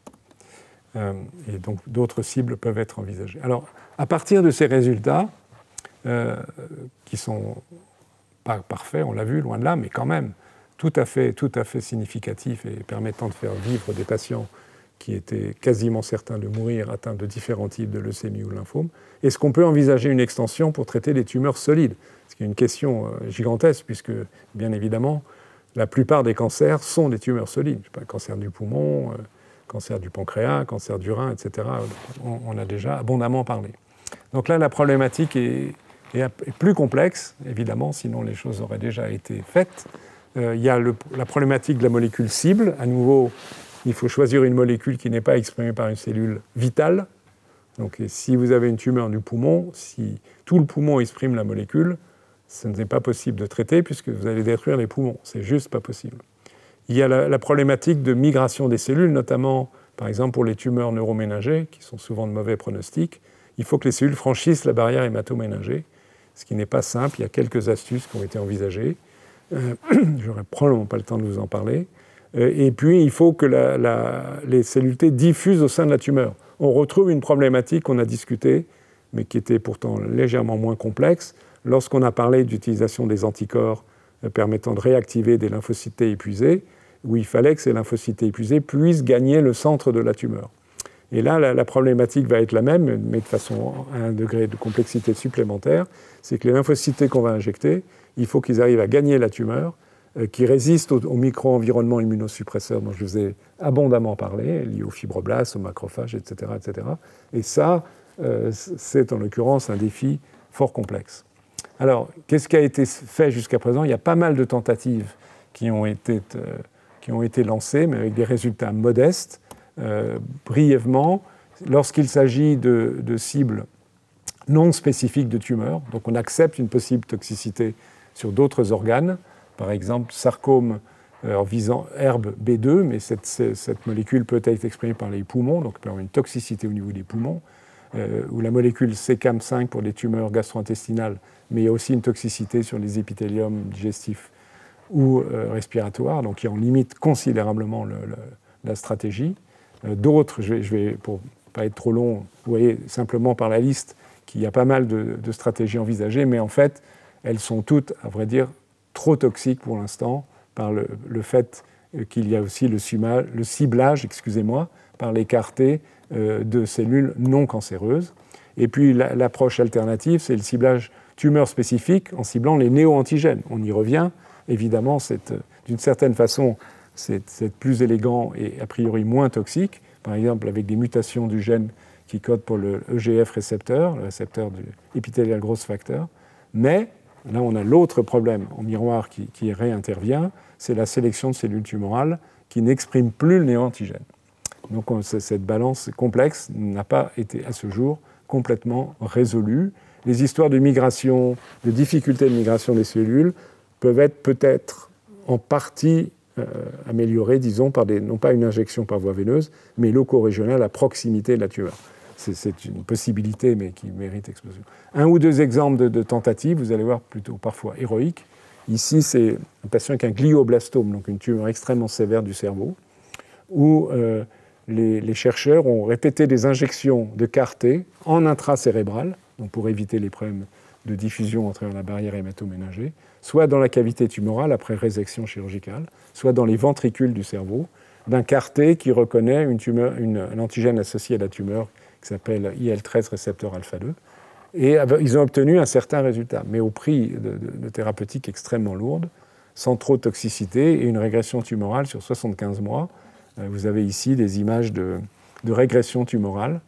Et donc d'autres cibles peuvent être envisagées. Alors, à partir de ces résultats, qui sont pas parfaits, on l'a vu, loin de là, mais quand même tout à fait significatifs et permettant de faire vivre des patients qui étaient quasiment certains de mourir atteints de différents types de leucémie ou de lymphome, est-ce qu'on peut envisager une extension pour traiter les tumeurs solides? C'est une question gigantesque, puisque, bien évidemment, la plupart des cancers sont des tumeurs solides. Je sais pas, cancer du poumon, cancer du pancréas, cancer du rein, etc. On a déjà abondamment parlé. Donc là, la problématique est plus complexe, évidemment, sinon les choses auraient déjà été faites. Il y a la problématique de la molécule cible. À nouveau, il faut choisir une molécule qui n'est pas exprimée par une cellule vitale. Donc si vous avez une tumeur du poumon, si tout le poumon exprime la molécule, ce n'est pas possible de traiter puisque vous allez détruire les poumons. C'est juste pas possible. Il y a la problématique de migration des cellules, notamment, par exemple, pour les tumeurs neuroméningées, qui sont souvent de mauvais pronostics. Il faut que les cellules franchissent la barrière hématoméningée, ce qui n'est pas simple. Il y a quelques astuces qui ont été envisagées. J'aurais probablement pas le temps de vous en parler. Et puis, il faut que les cellules T diffusent au sein de la tumeur. On retrouve une problématique qu'on a discutée, mais qui était pourtant légèrement moins complexe, lorsqu'on a parlé d'utilisation des anticorps permettant de réactiver des lymphocytes T épuisés, où il fallait que ces lymphocytes T épuisés puissent gagner le centre de la tumeur. Et là, la problématique va être la même, mais de façon à un degré de complexité supplémentaire, c'est que les lymphocytes T qu'on va injecter, il faut qu'ils arrivent à gagner la tumeur, qui résistent au micro-environnement immunosuppresseur dont je vous ai abondamment parlé, lié aux fibroblastes, aux macrophages, etc., etc. Et ça, c'est en l'occurrence un défi fort complexe. Alors, qu'est-ce qui a été fait jusqu'à présent? Il y a pas mal de tentatives qui ont été lancées, mais avec des résultats modestes. Brièvement, lorsqu'il s'agit de cibles non spécifiques de tumeurs, donc on accepte une possible toxicité sur d'autres organes, par exemple sarcome visant herbe B2, mais cette molécule peut être exprimée par les poumons, donc il peut y avoir une toxicité au niveau des poumons, ou la molécule CECAM5 pour les tumeurs gastro-intestinales, mais il y a aussi une toxicité sur les épithéliums digestifs ou respiratoires, donc qui en limite considérablement la stratégie. D'autres, je vais, pour ne pas être trop long, vous voyez simplement par la liste qu'il y a pas mal de stratégies envisagées, mais en fait, elles sont toutes, à vrai dire, trop toxiques pour l'instant, par le fait qu'il y a aussi le ciblage, par les CAR-T de cellules non cancéreuses. Et puis l'approche alternative, c'est le ciblage tumeur spécifique en ciblant les néo-antigènes. On y revient, évidemment, d'une certaine façon, c'est plus élégant et a priori moins toxique, par exemple avec des mutations du gène qui code pour le EGF récepteur, le récepteur du épithélial growth factor, mais là on a l'autre problème en miroir qui réintervient, c'est la sélection de cellules tumorales qui n'expriment plus le néo-antigène. Donc cette balance complexe n'a pas été à ce jour complètement résolue. Les histoires de migration, de difficultés de migration des cellules peuvent être peut-être en partie améliorées, disons, par non pas une injection par voie veineuse, mais loco-régionale à proximité de la tumeur. C'est une possibilité, mais qui mérite explosion. Un ou deux exemples de tentatives, vous allez voir plutôt parfois héroïques. Ici, c'est un patient avec un glioblastome, donc une tumeur extrêmement sévère du cerveau, où les chercheurs ont répété des injections de CAR-T en intracérébral, donc pour éviter les problèmes de diffusion à travers la barrière hématoméningée, soit dans la cavité tumorale après résection chirurgicale, soit dans les ventricules du cerveau, d'un CAR-T qui reconnaît un antigène associé à la tumeur qui s'appelle IL-13 récepteur alpha-2. Et ils ont obtenu un certain résultat, mais au prix de thérapeutiques extrêmement lourdes, sans trop de toxicité et une régression tumorale sur 75 mois. Vous avez ici des images de régression tumorale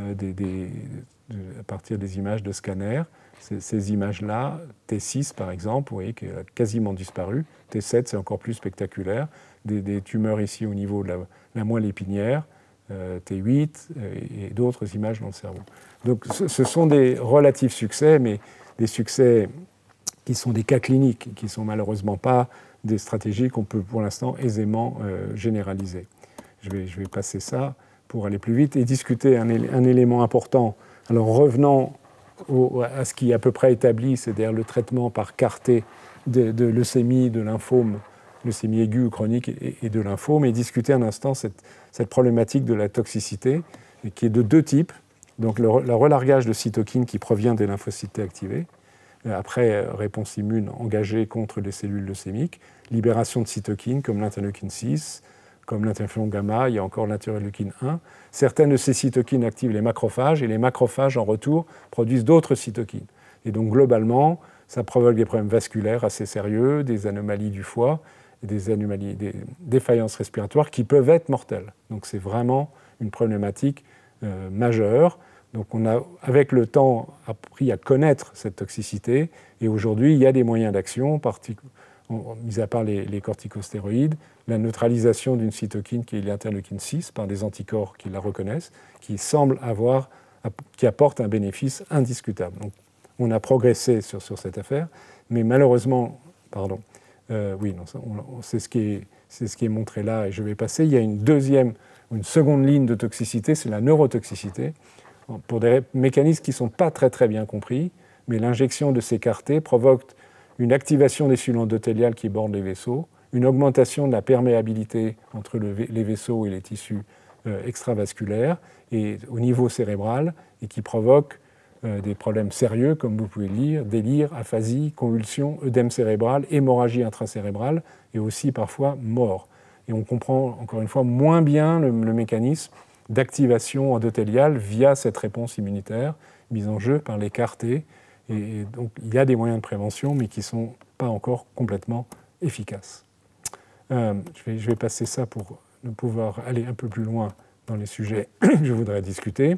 à partir des images de scanner. Ces images-là, T6 par exemple, vous voyez qu'elle a quasiment disparu. T7, c'est encore plus spectaculaire. Des tumeurs ici au niveau de la moelle épinière, T8 et d'autres images dans le cerveau. Donc ce sont des relatifs succès, mais des succès qui sont des cas cliniques, qui ne sont malheureusement pas des stratégies qu'on peut pour l'instant aisément généraliser. Je vais passer ça pour aller plus vite et discuter un élément important. Alors revenant à ce qui est à peu près établi, c'est-à-dire le traitement par CAR-T de leucémie, de lymphome, leucémie aiguë ou chronique et de lymphome, et discuter un instant cette problématique de la toxicité, qui est de deux types. Donc le relargage de cytokines qui provient des lymphocytes T activés, après réponse immune engagée contre les cellules leucémiques, libération de cytokines comme l'interleukine 6, comme l'interféron gamma, il y a encore l'interleukine 1. Certaines de ces cytokines activent les macrophages, et les macrophages, en retour, produisent d'autres cytokines. Et donc, globalement, ça provoque des problèmes vasculaires assez sérieux, des anomalies du foie, des défaillances respiratoires qui peuvent être mortelles. Donc, c'est vraiment une problématique majeure. Donc, on a, avec le temps, appris à connaître cette toxicité, et aujourd'hui, il y a des moyens d'action, mis à part les corticostéroïdes, la neutralisation d'une cytokine qui est l'interleukine 6 par des anticorps qui la reconnaissent, qui apportent un bénéfice indiscutable. Donc, on a progressé sur cette affaire, mais malheureusement, c'est ce qui est montré là, et je vais passer. Il y a une seconde ligne de toxicité, c'est la neurotoxicité, pour des mécanismes qui ne sont pas très très bien compris, mais l'injection de ces CAR-T provoque une activation des cellules endothéliales qui bordent les vaisseaux, une augmentation de la perméabilité entre les vaisseaux et les tissus extravasculaires et au niveau cérébral, et qui provoque des problèmes sérieux, comme vous pouvez le lire, délire, aphasie, convulsions, œdème cérébral, hémorragie intracérébrale et aussi parfois mort. Et on comprend encore une fois moins bien le mécanisme d'activation endothéliale via cette réponse immunitaire mise en jeu par les CAR-T. Et donc il y a des moyens de prévention, mais qui ne sont pas encore complètement efficaces. Je vais passer ça pour pouvoir aller un peu plus loin dans les sujets que je voudrais discuter.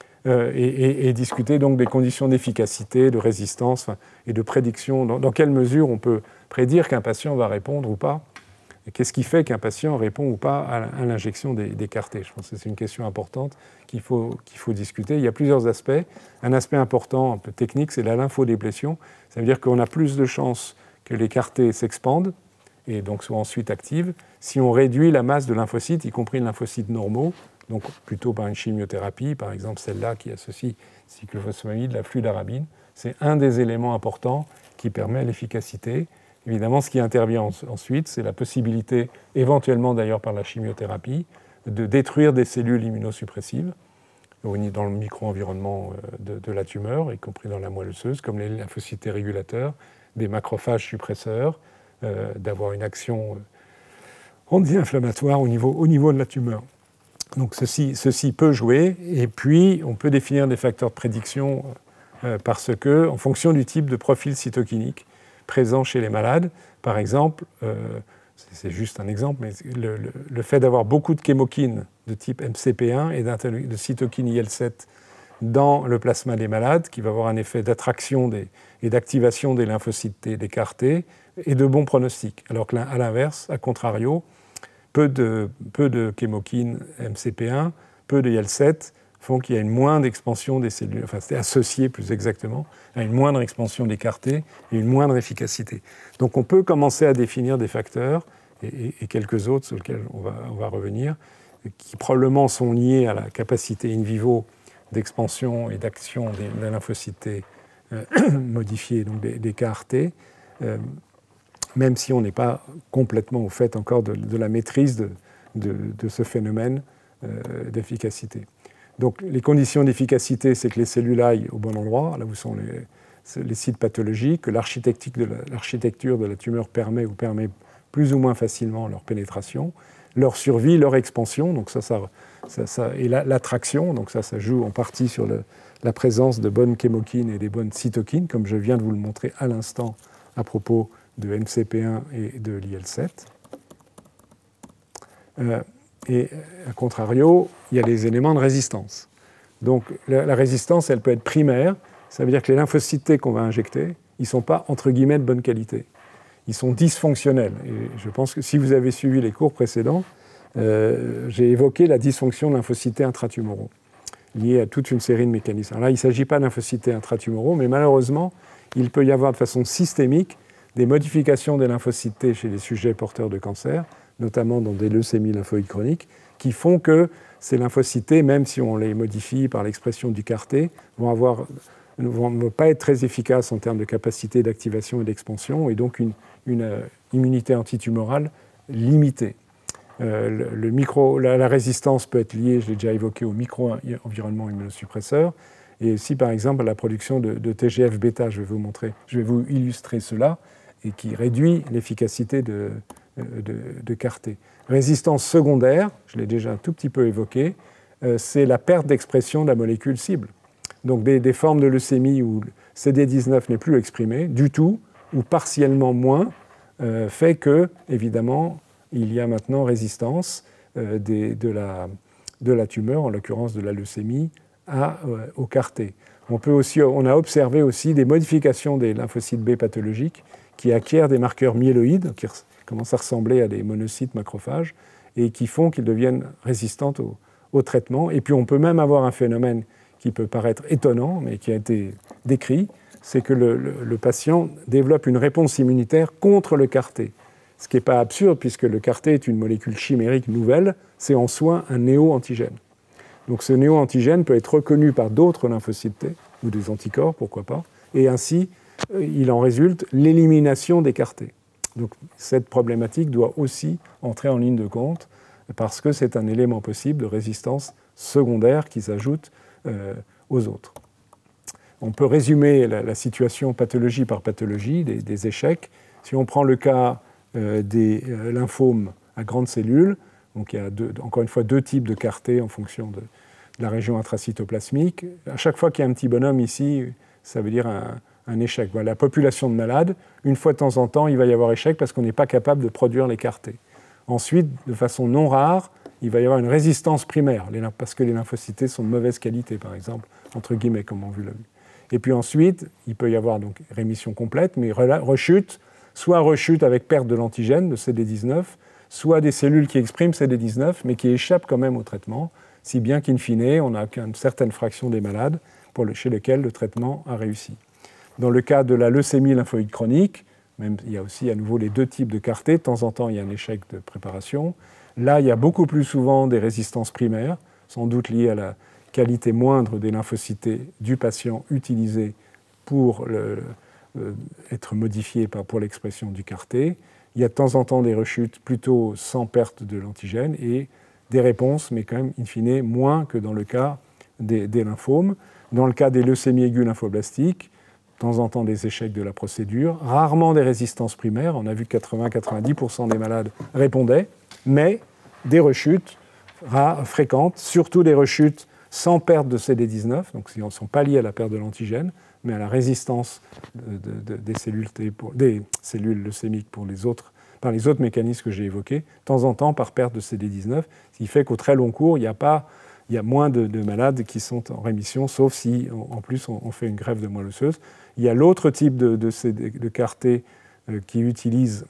Et discuter donc des conditions d'efficacité, de résistance et de prédiction. Dans quelle mesure on peut prédire qu'un patient va répondre ou pas? Et qu'est-ce qui fait qu'un patient répond ou pas à l'injection des CAR-T? Je pense que c'est une question importante qu'il faut discuter. Il y a plusieurs aspects. Un aspect important, un peu technique, c'est la lymphodéplétion. Ça veut dire qu'on a plus de chances que les CAR-T s'expandent et donc soient ensuite actives si on réduit la masse de lymphocytes, y compris les lymphocytes normaux, donc plutôt par une chimiothérapie, par exemple celle-là qui associe cyclophosphamide, la fludarabine. C'est un des éléments importants qui permet l'efficacité. Évidemment, ce qui intervient ensuite, c'est la possibilité, éventuellement d'ailleurs par la chimiothérapie, de détruire des cellules immunosuppressives dans le micro-environnement de la tumeur, y compris dans la moelle osseuse, comme les lymphocytes régulateurs, des macrophages suppresseurs, d'avoir une action anti-inflammatoire au niveau de la tumeur. Donc ceci peut jouer, et puis on peut définir des facteurs de prédiction parce que, en fonction du type de profil cytokinique présent chez les malades, par exemple, c'est juste un exemple, mais le fait d'avoir beaucoup de chémokines de type MCP1 et de cytokine IL-7 dans le plasma des malades, qui va avoir un effet d'attraction et d'activation des lymphocytes T, des CAR-T, et de bons pronostics. Alors qu'à l'inverse, à contrario, peu de chémokines MCP1, peu de IL-7 font qu'il y a une moindre expansion des cellules, enfin c'est associé plus exactement à une moindre expansion des CAR-T et une moindre efficacité. Donc on peut commencer à définir des facteurs, et quelques autres sur lesquels on va revenir, qui probablement sont liés à la capacité in vivo d'expansion et d'action des lymphocytes T modifiés, donc des CAR-T, même si on n'est pas complètement au fait encore de la maîtrise de ce phénomène d'efficacité. Donc les conditions d'efficacité, c'est que les cellules aillent au bon endroit, là où sont les sites pathologiques, que l'architecture de la tumeur permet plus ou moins facilement leur pénétration, leur survie, leur expansion, donc et l'attraction, donc ça joue en partie sur la présence de bonnes chémokines et des bonnes cytokines, comme je viens de vous le montrer à l'instant à propos de MCP1 et de l'IL-7. Et à contrario, il y a les éléments de résistance. Donc la résistance, elle peut être primaire, ça veut dire que les lymphocytes T qu'on va injecter, ils ne sont pas, entre guillemets, de bonne qualité. Ils sont dysfonctionnels. Et je pense que si vous avez suivi les cours précédents, j'ai évoqué la dysfonction de lymphocytes intratumoraux, liée à toute une série de mécanismes. Alors là, il ne s'agit pas de lymphocytes intratumoraux, mais malheureusement, il peut y avoir de façon systémique des modifications des lymphocytes T chez les sujets porteurs de cancer, notamment dans des leucémies lymphoïdes chroniques, qui font que ces lymphocytes T, même si on les modifie par l'expression du CAR-T, ne vont pas être très efficaces en termes de capacité d'activation et d'expansion, et donc une immunité antitumorale limitée. La résistance peut être liée, je l'ai déjà évoqué, au micro-environnement immunosuppresseur, et aussi par exemple à la production de TGF-bêta. Je vais vous illustrer cela, et qui réduit l'efficacité de CAR-T. Résistance secondaire, je l'ai déjà un tout petit peu évoqué, c'est la perte d'expression de la molécule cible. Donc des formes de leucémie où CD19 n'est plus exprimé du tout, ou partiellement moins, fait que, évidemment, il y a maintenant résistance de la tumeur, en l'occurrence de la leucémie, au CAR-T. On a observé aussi des modifications des lymphocytes B pathologiques qui acquièrent des marqueurs myéloïdes, qui commencent à ressembler à des monocytes macrophages, et qui font qu'ils deviennent résistants au traitement. Et puis on peut même avoir un phénomène qui peut paraître étonnant, mais qui a été décrit, c'est que le patient développe une réponse immunitaire contre le CAR-T. Ce qui n'est pas absurde, puisque le CAR-T est une molécule chimérique nouvelle, c'est en soi un néo-antigène. Donc ce néo-antigène peut être reconnu par d'autres lymphocytes T, ou des anticorps, pourquoi pas, et ainsi, il en résulte l'élimination des CAR-T. Donc cette problématique doit aussi entrer en ligne de compte, parce que c'est un élément possible de résistance secondaire qui s'ajoute aux autres. On peut résumer la situation pathologie par pathologie, des échecs. Si on prend le cas des lymphomes à grandes cellules, donc il y a encore une fois deux types de CAR-T en fonction de la région intracytoplasmique. À chaque fois qu'il y a un petit bonhomme ici, ça veut dire un échec. Voilà, la population de malades, une fois de temps en temps, il va y avoir échec parce qu'on n'est pas capable de produire les CAR-T. Ensuite, de façon non rare, il va y avoir une résistance primaire, parce que les lymphocytes sont de mauvaise qualité, par exemple, entre guillemets, comme on l'a vu. Et puis ensuite, il peut y avoir donc rémission complète, mais rechute, soit rechute avec perte de l'antigène, de CD19, soit des cellules qui expriment CD19, mais qui échappent quand même au traitement, si bien qu'in fine, on n'a qu'une certaine fraction des malades chez lesquels le traitement a réussi. Dans le cas de la leucémie lymphoïde chronique, même, il y a aussi à nouveau les deux types de CAR-T. De temps en temps, il y a un échec de préparation. Là, il y a beaucoup plus souvent des résistances primaires, sans doute liées à la qualité moindre des lymphocytes du patient utilisés pour être modifiés pour l'expression du CAR-T. Il y a de temps en temps des rechutes plutôt sans perte de l'antigène et des réponses, mais quand même, in fine, moins que dans le cas des lymphomes. Dans le cas des leucémies aiguës lymphoblastiques, de temps en temps des échecs de la procédure, rarement des résistances primaires. On a vu que 80-90% des malades répondaient, mais des rechutes fréquentes, surtout des rechutes sans perte de CD19, donc qui ne sont pas liées à la perte de l'antigène, mais à la résistance des cellules T des cellules leucémiques par les autres mécanismes que j'ai évoqués, de temps en temps par perte de CD19, ce qui fait qu'au très long cours, il y a moins de malades qui sont en rémission, sauf si, en plus, on fait une greffe de moelle osseuse. Il y a l'autre type de CAR-T qui utilise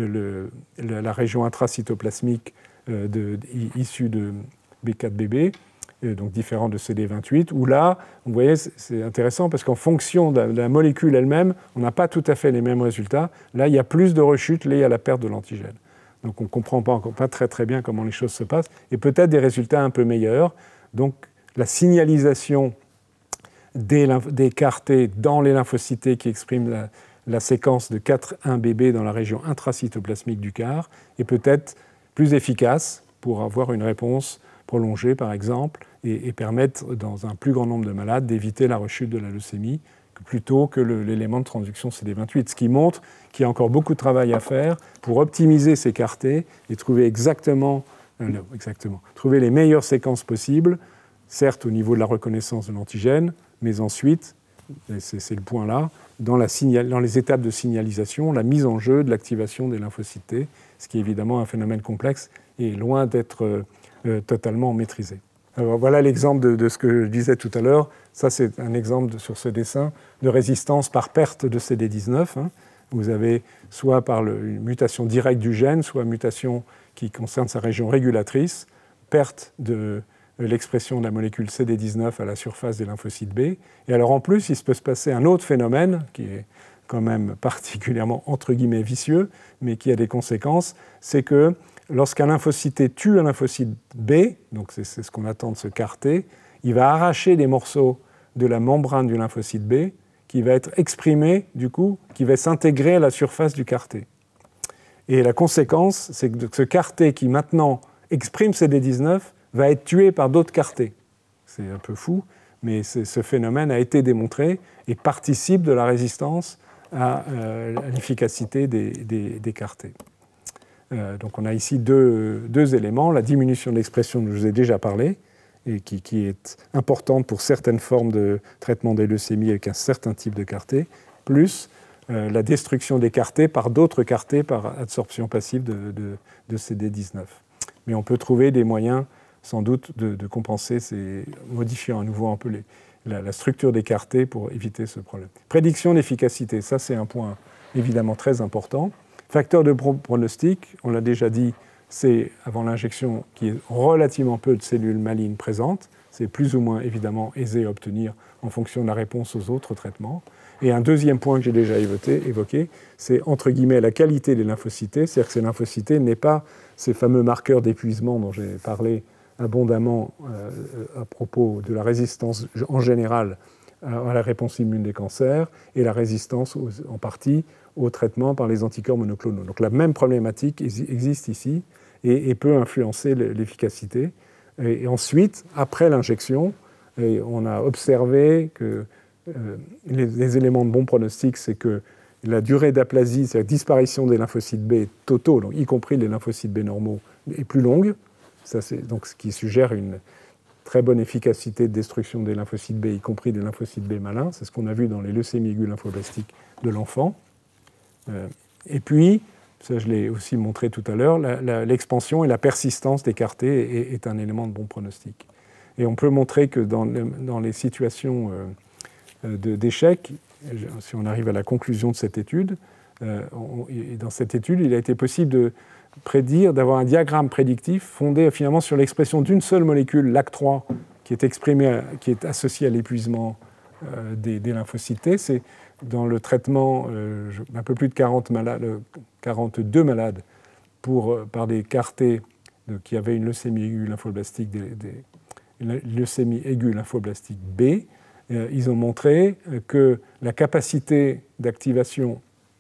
la région intracytoplasmique issue de B4BB, donc différent de CD28, où là, vous voyez, c'est intéressant parce qu'en fonction de la molécule elle-même, on n'a pas tout à fait les mêmes résultats. Là, il y a plus de rechutes liées à la perte de l'antigène. Donc on ne comprend pas très très bien comment les choses se passent, et peut-être des résultats un peu meilleurs. Donc la signalisation des CAR-T dans les lymphocytes qui expriment la séquence de 4-1BB dans la région intracytoplasmique du CAR est peut-être plus efficace pour avoir une réponse prolongée, par exemple, et permettre, dans un plus grand nombre de malades, d'éviter la rechute de la leucémie plutôt que l'élément de transduction CD28, ce qui montre qu'il y a encore beaucoup de travail à faire pour optimiser ces CAR-T et trouver trouver les meilleures séquences possibles, certes au niveau de la reconnaissance de l'antigène, mais ensuite, et c'est le point là, dans les étapes de signalisation, la mise en jeu de l'activation des lymphocytes T, ce qui est évidemment un phénomène complexe et loin d'être totalement maîtrisé. Alors voilà l'exemple de ce que je disais tout à l'heure. Ça, c'est un exemple sur ce dessin de résistance par perte de CD19. Vous avez soit par une mutation directe du gène, soit mutation qui concerne sa région régulatrice, perte de l'expression de la molécule CD19 à la surface des lymphocytes B. Et alors en plus, il peut se passer un autre phénomène qui est quand même particulièrement entre guillemets vicieux, mais qui a des conséquences, c'est que lorsqu'un lymphocyte T tue un lymphocyte B, donc c'est ce qu'on attend de ce CAR T, il va arracher des morceaux de la membrane du lymphocyte B qui va être exprimé, du coup, qui va s'intégrer à la surface du CAR T. Et la conséquence, c'est que ce CAR T qui maintenant exprime CD19 va être tué par d'autres CAR T. C'est un peu fou, mais ce phénomène a été démontré et participe de la résistance à l'efficacité des CAR T. Donc on a ici deux éléments, la diminution de l'expression dont je vous ai déjà parlé, et qui est importante pour certaines formes de traitement des leucémies avec un certain type de CAR T, plus la destruction des CAR T par d'autres CAR T par adsorption passive de CD19. Mais on peut trouver des moyens, sans doute, de compenser, modifiant à nouveau un peu la structure des CAR T pour éviter ce problème. Prédiction d'efficacité, ça c'est un point évidemment très important. Facteur de pronostic, on l'a déjà dit, c'est avant l'injection qu'il y ait relativement peu de cellules malignes présentes. C'est plus ou moins évidemment aisé à obtenir en fonction de la réponse aux autres traitements. Et un deuxième point que j'ai déjà évoqué, c'est entre guillemets la qualité des lymphocytes, c'est-à-dire que ces lymphocytes n'est pas ces fameux marqueurs d'épuisement dont j'ai parlé abondamment à propos de la résistance en général à la réponse immune des cancers et la résistance en partie au traitement par les anticorps monoclonaux. Donc la même problématique existe ici et peut influencer l'efficacité. Et ensuite, après l'injection, on a observé que les éléments de bon pronostic, c'est que la durée d'aplasie, c'est-à-dire disparition des lymphocytes B totaux, donc y compris les lymphocytes B normaux, est plus longue. Ça, c'est donc ce qui suggère une très bonne efficacité de destruction des lymphocytes B, y compris des lymphocytes B malins. C'est ce qu'on a vu dans les leucémies aiguës lymphoblastiques de l'enfant. Et puis, ça je l'ai aussi montré tout à l'heure, l'expansion et la persistance des CAR T est un élément de bon pronostic. Et on peut montrer que dans les situations d'échec, si on arrive à la conclusion de cette étude, dans cette étude, il a été possible de prédire, d'avoir un diagramme prédictif fondé finalement sur l'expression d'une seule molécule, LAC3, qui est exprimée, qui est associée à l'épuisement des lymphocytes T. C'est dans le traitement un peu plus de 42 malades par des CAR T qui avaient une leucémie aiguë lymphoblastique, leucémie aiguë lymphoblastique B. Ils ont montré que la capacité d'activation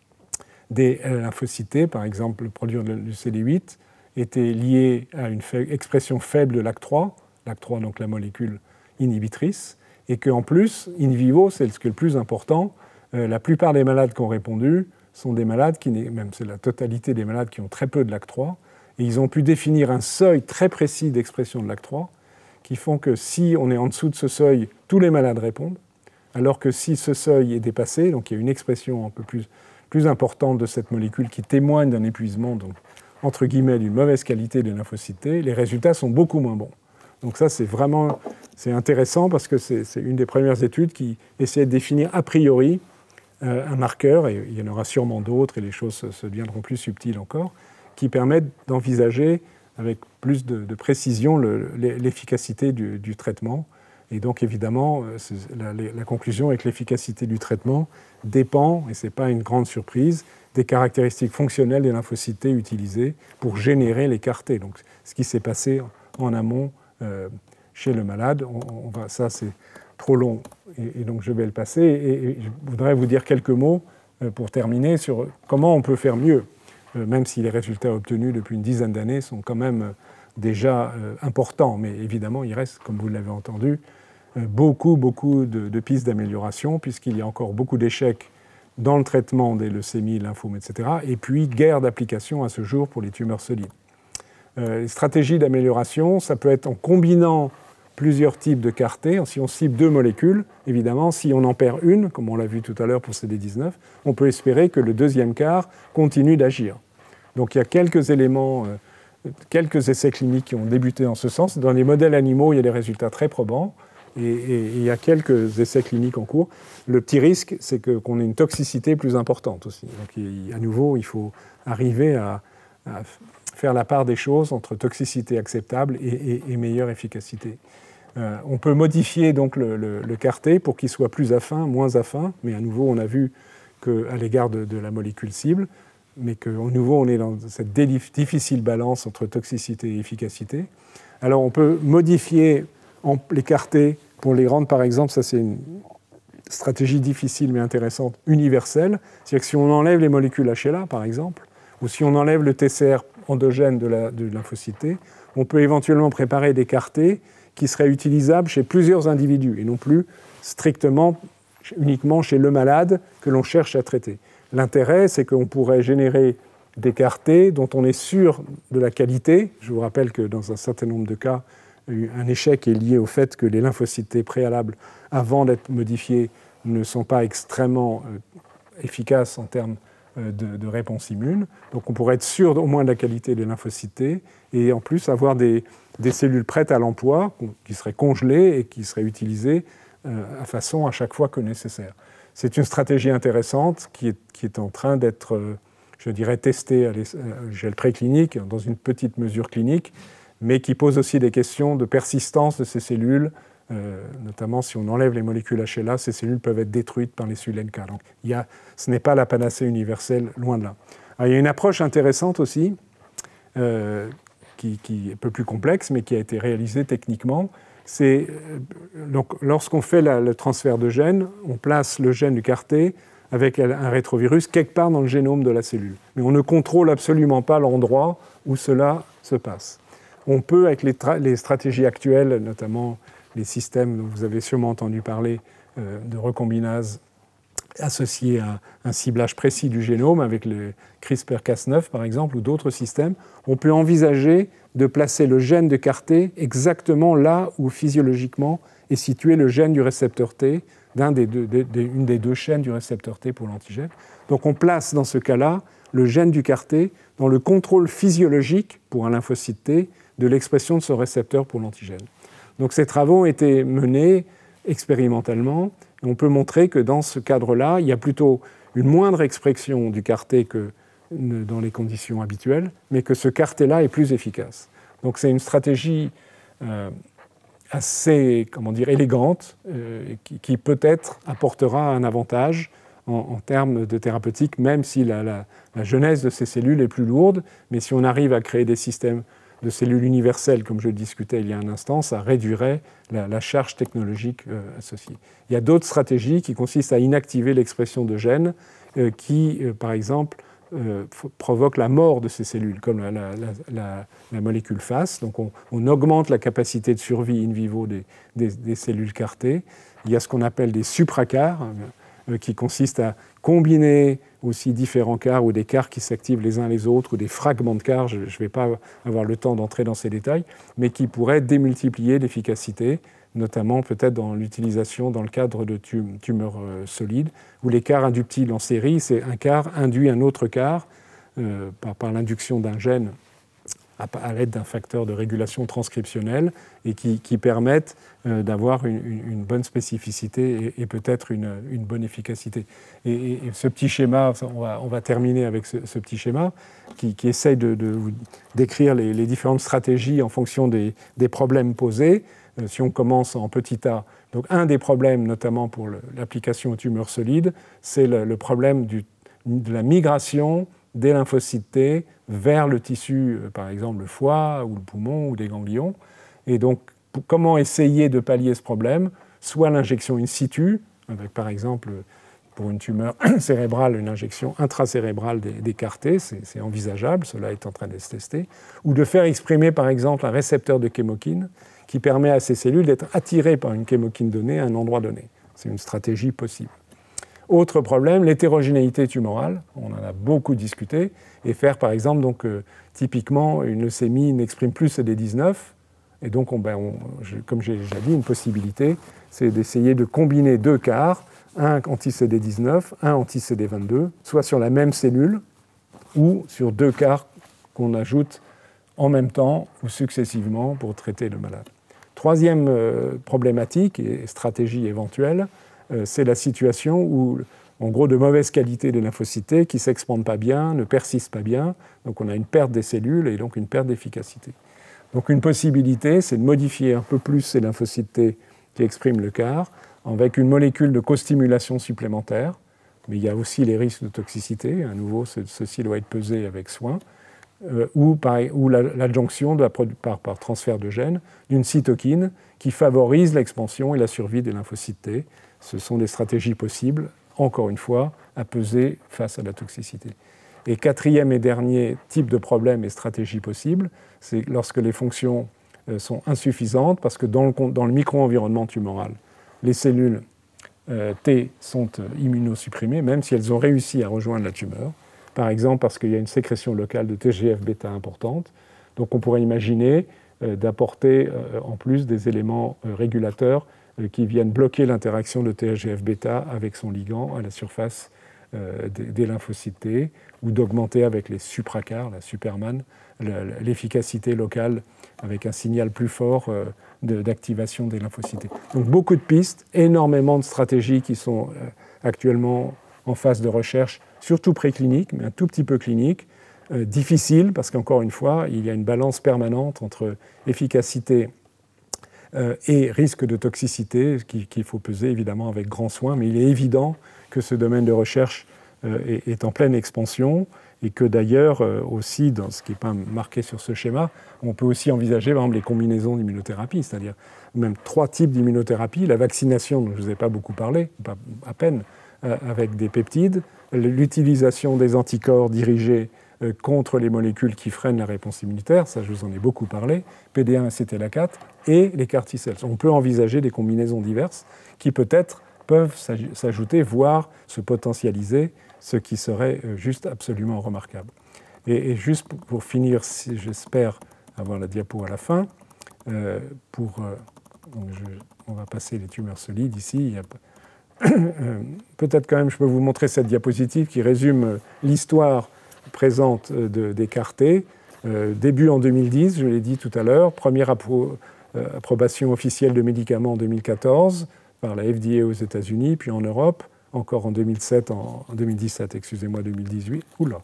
des lymphocytes T, par exemple produire du CD8, était liée à une expression faible de LAC3, donc la molécule inhibitrice, et qu'en plus, in vivo, c'est ce qui est le plus important, la plupart des malades qui ont répondu sont des malades même c'est la totalité des malades qui ont très peu de LAC3, et ils ont pu définir un seuil très précis d'expression de LAC3 qui font que si on est en dessous de ce seuil, tous les malades répondent, alors que si ce seuil est dépassé, donc il y a une expression un peu plus importante de cette molécule qui témoigne d'un épuisement, donc entre guillemets d'une mauvaise qualité des lymphocytes T, les résultats sont beaucoup moins bons. Donc ça, c'est intéressant parce que c'est une des premières études qui essaie de définir a priori un marqueur, et il y en aura sûrement d'autres, et les choses se deviendront plus subtiles encore, qui permettent d'envisager avec plus de précision l'efficacité du traitement. Et donc, évidemment, la conclusion est que l'efficacité du traitement dépend, et ce n'est pas une grande surprise, des caractéristiques fonctionnelles des lymphocytes T utilisés pour générer les CAR T. Donc, ce qui s'est passé en amont chez le malade, ça c'est trop long, et donc je vais le passer. Et je voudrais vous dire quelques mots pour terminer sur comment on peut faire mieux, même si les résultats obtenus depuis une dizaine d'années sont quand même déjà importants. Mais évidemment, il reste, comme vous l'avez entendu, beaucoup de pistes d'amélioration, puisqu'il y a encore beaucoup d'échecs dans le traitement des leucémies, lymphomes, etc. Et puis, guerre d'application à ce jour pour les tumeurs solides. Les stratégies d'amélioration, ça peut être en combinant plusieurs types de CAR T. Si on cible 2 molécules, évidemment, si on en perd une, comme on l'a vu tout à l'heure pour CD19, on peut espérer que le deuxième CAR continue d'agir. Donc il y a quelques éléments, quelques essais cliniques qui ont débuté en ce sens. Dans les modèles animaux, il y a des résultats très probants, et il y a quelques essais cliniques en cours. Le petit risque, c'est qu'on ait une toxicité plus importante aussi. Donc à nouveau, il faut arriver à faire la part des choses entre toxicité acceptable et meilleure efficacité. On peut modifier donc le CAR-T pour qu'il soit plus affin, moins affin, mais à nouveau, on a vu qu'à l'égard de la molécule cible, mais qu'à nouveau, on est dans cette difficile balance entre toxicité et efficacité. Alors, on peut modifier les CAR-T pour les rendre, par exemple, ça c'est une stratégie difficile mais intéressante, universelle. C'est-à-dire que si on enlève les molécules HLA, par exemple, ou si on enlève le TCR endogène de lymphocyte T, on peut éventuellement préparer des CAR-T qui seraient utilisables chez plusieurs individus et non plus strictement, uniquement chez le malade que l'on cherche à traiter. L'intérêt, c'est qu'on pourrait générer des CAR-T dont on est sûr de la qualité. Je vous rappelle que dans un certain nombre de cas, un échec est lié au fait que les lymphocytes T préalables, avant d'être modifiés, ne sont pas extrêmement efficaces en termes de réponse immune. Donc on pourrait être sûr au moins de la qualité des lymphocytes T et en plus avoir des cellules prêtes à l'emploi qui seraient congelées et qui seraient utilisées à façon à chaque fois que nécessaire. C'est une stratégie intéressante qui est en train d'être, je dirais, testée à l'échelle préclinique, dans une petite mesure clinique, mais qui pose aussi des questions de persistance de ces cellules, notamment si on enlève les molécules HLA, ces cellules peuvent être détruites par les cellules NK. Donc ce n'est pas la panacée universelle, loin de là. Alors, il y a une approche intéressante aussi, qui est un peu plus complexe, mais qui a été réalisée techniquement. C'est donc, lorsqu'on fait le transfert de gènes, on place le gène du CAR-T avec un rétrovirus quelque part dans le génome de la cellule. Mais on ne contrôle absolument pas l'endroit où cela se passe. On peut, avec les stratégies actuelles, notamment les systèmes dont vous avez sûrement entendu parler, de recombinase associés à un ciblage précis du génome, avec le CRISPR-Cas9 par exemple, ou d'autres systèmes, on peut envisager de placer le gène de CAR-T exactement là où physiologiquement est situé le gène du récepteur T, une des deux chaînes du récepteur T pour l'antigène. Donc on place dans ce cas-là le gène du CAR-T dans le contrôle physiologique pour un lymphocyte T de l'expression de ce récepteur pour l'antigène. Donc ces travaux ont été menés expérimentalement. Et on peut montrer que dans ce cadre-là, il y a plutôt une moindre expression du CAR-T que dans les conditions habituelles, mais que ce CAR-T-là est plus efficace. Donc c'est une stratégie assez, élégante, qui peut-être apportera un avantage en termes de thérapeutique, même si la genèse de ces cellules est plus lourde. Mais si on arrive à créer des systèmes de cellules universelles, comme je le discutais il y a un instant, ça réduirait la charge technologique associée. Il y a d'autres stratégies qui consistent à inactiver l'expression de gènes qui, par exemple, provoquent la mort de ces cellules, comme la molécule FAS. Donc on augmente la capacité de survie in vivo des cellules CAR-T. Il y a ce qu'on appelle des supracars, qui consistent à combiner aussi différents CAR ou des CAR qui s'activent les uns les autres ou des fragments de CAR, je ne vais pas avoir le temps d'entrer dans ces détails, mais qui pourraient démultiplier l'efficacité, notamment peut-être dans l'utilisation dans le cadre de tumeurs solides, où les CAR inductibles en série, c'est un CAR induit un autre CAR par l'induction d'un gène à l'aide d'un facteur de régulation transcriptionnelle et qui permettent d'avoir une bonne spécificité et peut-être une bonne efficacité. Et ce petit schéma, on va terminer avec ce petit schéma qui essaye de vous décrire les différentes stratégies en fonction des problèmes posés. Si on commence en petit a, donc un des problèmes, notamment pour l'application aux tumeurs solides, c'est le problème de la migration des lymphocytes T vers le tissu, par exemple le foie ou le poumon ou des ganglions. Et donc, comment essayer de pallier ce problème? Soit l'injection in situ, avec par exemple, pour une tumeur cérébrale, une injection intracérébrale des CAR-T, c'est envisageable, cela est en train d'être testé, ou de faire exprimer par exemple un récepteur de chémokine qui permet à ces cellules d'être attirées par une chémokine donnée à un endroit donné. C'est une stratégie possible. Autre problème, l'hétérogénéité tumorale, on en a beaucoup discuté, et faire par exemple, donc, typiquement, une leucémie n'exprime plus CD19, et donc, comme j'ai déjà dit, une possibilité, c'est d'essayer de combiner deux CAR, un anti-CD19, un anti-CD22, soit sur la même cellule, ou sur deux CAR qu'on ajoute en même temps ou successivement pour traiter le malade. Troisième problématique et stratégie éventuelle, c'est la situation où en gros de mauvaise qualité des lymphocytes T qui ne s'expandent pas bien, ne persistent pas bien. Donc on a une perte des cellules et donc une perte d'efficacité. Donc une possibilité, c'est de modifier un peu plus ces lymphocytes T qui expriment le CAR avec une molécule de costimulation supplémentaire. Mais il y a aussi les risques de toxicité. À nouveau, ceci doit être pesé avec soin. Ou l'adjonction par transfert de gènes d'une cytokine qui favorise l'expansion et la survie des lymphocytes T. Ce sont des stratégies possibles, encore une fois, à peser face à la toxicité. Et quatrième et dernier type de problème et stratégie possible, c'est lorsque les fonctions sont insuffisantes, parce que dans le micro-environnement tumoral, les cellules T sont immunosupprimées, même si elles ont réussi à rejoindre la tumeur. Par exemple, parce qu'il y a une sécrétion locale de TGF-bêta importante. Donc on pourrait imaginer d'apporter en plus des éléments régulateurs qui viennent bloquer l'interaction de TGF-bêta avec son ligand à la surface des lymphocytes T, ou d'augmenter avec les supracars, la Superman, l'efficacité locale avec un signal plus fort d'activation des lymphocytes T. Donc beaucoup de pistes, énormément de stratégies qui sont actuellement en phase de recherche, surtout préclinique, mais un tout petit peu clinique, difficile parce qu'encore une fois, il y a une balance permanente entre efficacité et risque de toxicité qu'il faut peser évidemment avec grand soin, mais il est évident que ce domaine de recherche est en pleine expansion et que d'ailleurs aussi, dans ce qui n'est pas marqué sur ce schéma, on peut aussi envisager par exemple les combinaisons d'immunothérapie, c'est-à-dire même 3 types d'immunothérapie, la vaccination dont je ne vous ai pas beaucoup parlé, pas à peine, avec des peptides, l'utilisation des anticorps dirigés contre les molécules qui freinent la réponse immunitaire, ça je vous en ai beaucoup parlé, PD1 et CTLA4, et les CAR T-cells. On peut envisager des combinaisons diverses qui peut-être peuvent s'ajouter, voire se potentialiser, ce qui serait juste absolument remarquable. Et juste pour finir, j'espère avoir la diapo à la fin, on va passer les tumeurs solides ici. Peut-être quand même je peux vous montrer cette diapositive qui résume l'histoire présente des CAR T. Début en 2010, je l'ai dit tout à l'heure, première approbation officielle de médicaments en 2014 par la FDA aux États-Unis, puis en Europe, encore en 2017, 2018. Oula.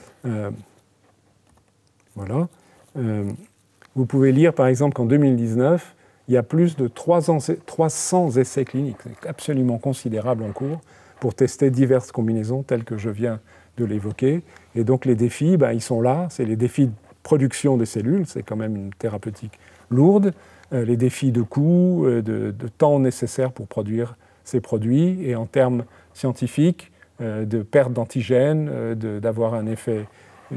Voilà. Vous pouvez lire par exemple qu'en 2019, il y a plus de 300 essais cliniques, c'est absolument considérable en cours, pour tester diverses combinaisons telles que je viens de l'évoquer. Et donc les défis, ils sont là, c'est les défis de production des cellules, c'est quand même une thérapeutique lourde, les défis de coût, de temps nécessaire pour produire ces produits, et en termes scientifiques, de perte d'antigènes, d'avoir un effet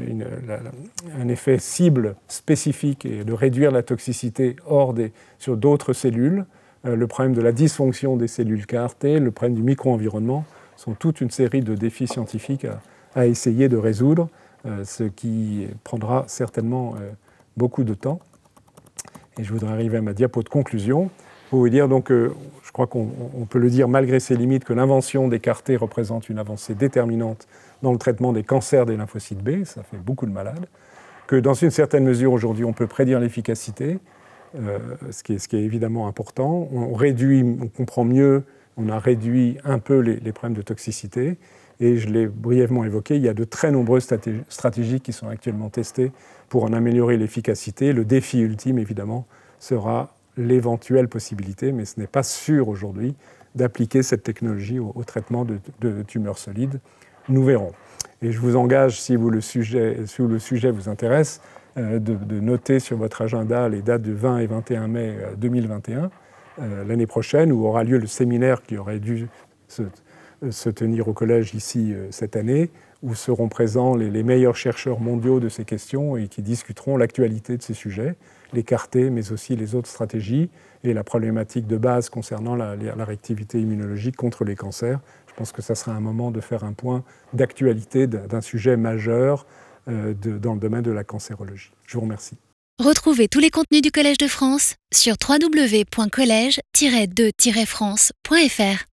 cible spécifique et de réduire la toxicité sur d'autres cellules. Le problème de la dysfonction des cellules CAR T, le problème du micro-environnement, sont toute une série de défis scientifiques à essayer de résoudre, ce qui prendra certainement beaucoup de temps. Et je voudrais arriver à ma diapo de conclusion pour vous dire donc, je crois qu'on peut le dire malgré ses limites, que l'invention des CAR T représente une avancée déterminante dans le traitement des cancers des lymphocytes B, ça fait beaucoup de malades, que dans une certaine mesure aujourd'hui on peut prédire l'efficacité, ce qui est évidemment important, on comprend mieux, on a réduit un peu les problèmes de toxicité, et je l'ai brièvement évoqué, il y a de très nombreuses stratégies qui sont actuellement testées pour en améliorer l'efficacité. Le défi ultime, évidemment, sera l'éventuelle possibilité, mais ce n'est pas sûr aujourd'hui, d'appliquer cette technologie au traitement de tumeurs solides. Nous verrons. Et je vous engage, si le sujet vous intéresse, de noter sur votre agenda les dates du 20 et 21 mai 2021, l'année prochaine, où aura lieu le séminaire qui aurait dû se tenir au collège ici cette année, où seront présents les meilleurs chercheurs mondiaux de ces questions et qui discuteront l'actualité de ces sujets, les CAR T, mais aussi les autres stratégies et la problématique de base concernant la réactivité immunologique contre les cancers. Je pense que ça sera un moment de faire un point d'actualité d'un sujet majeur dans le domaine de la cancérologie. Je vous remercie. Retrouvez tous les contenus du Collège de France sur www.collège-2-france.fr.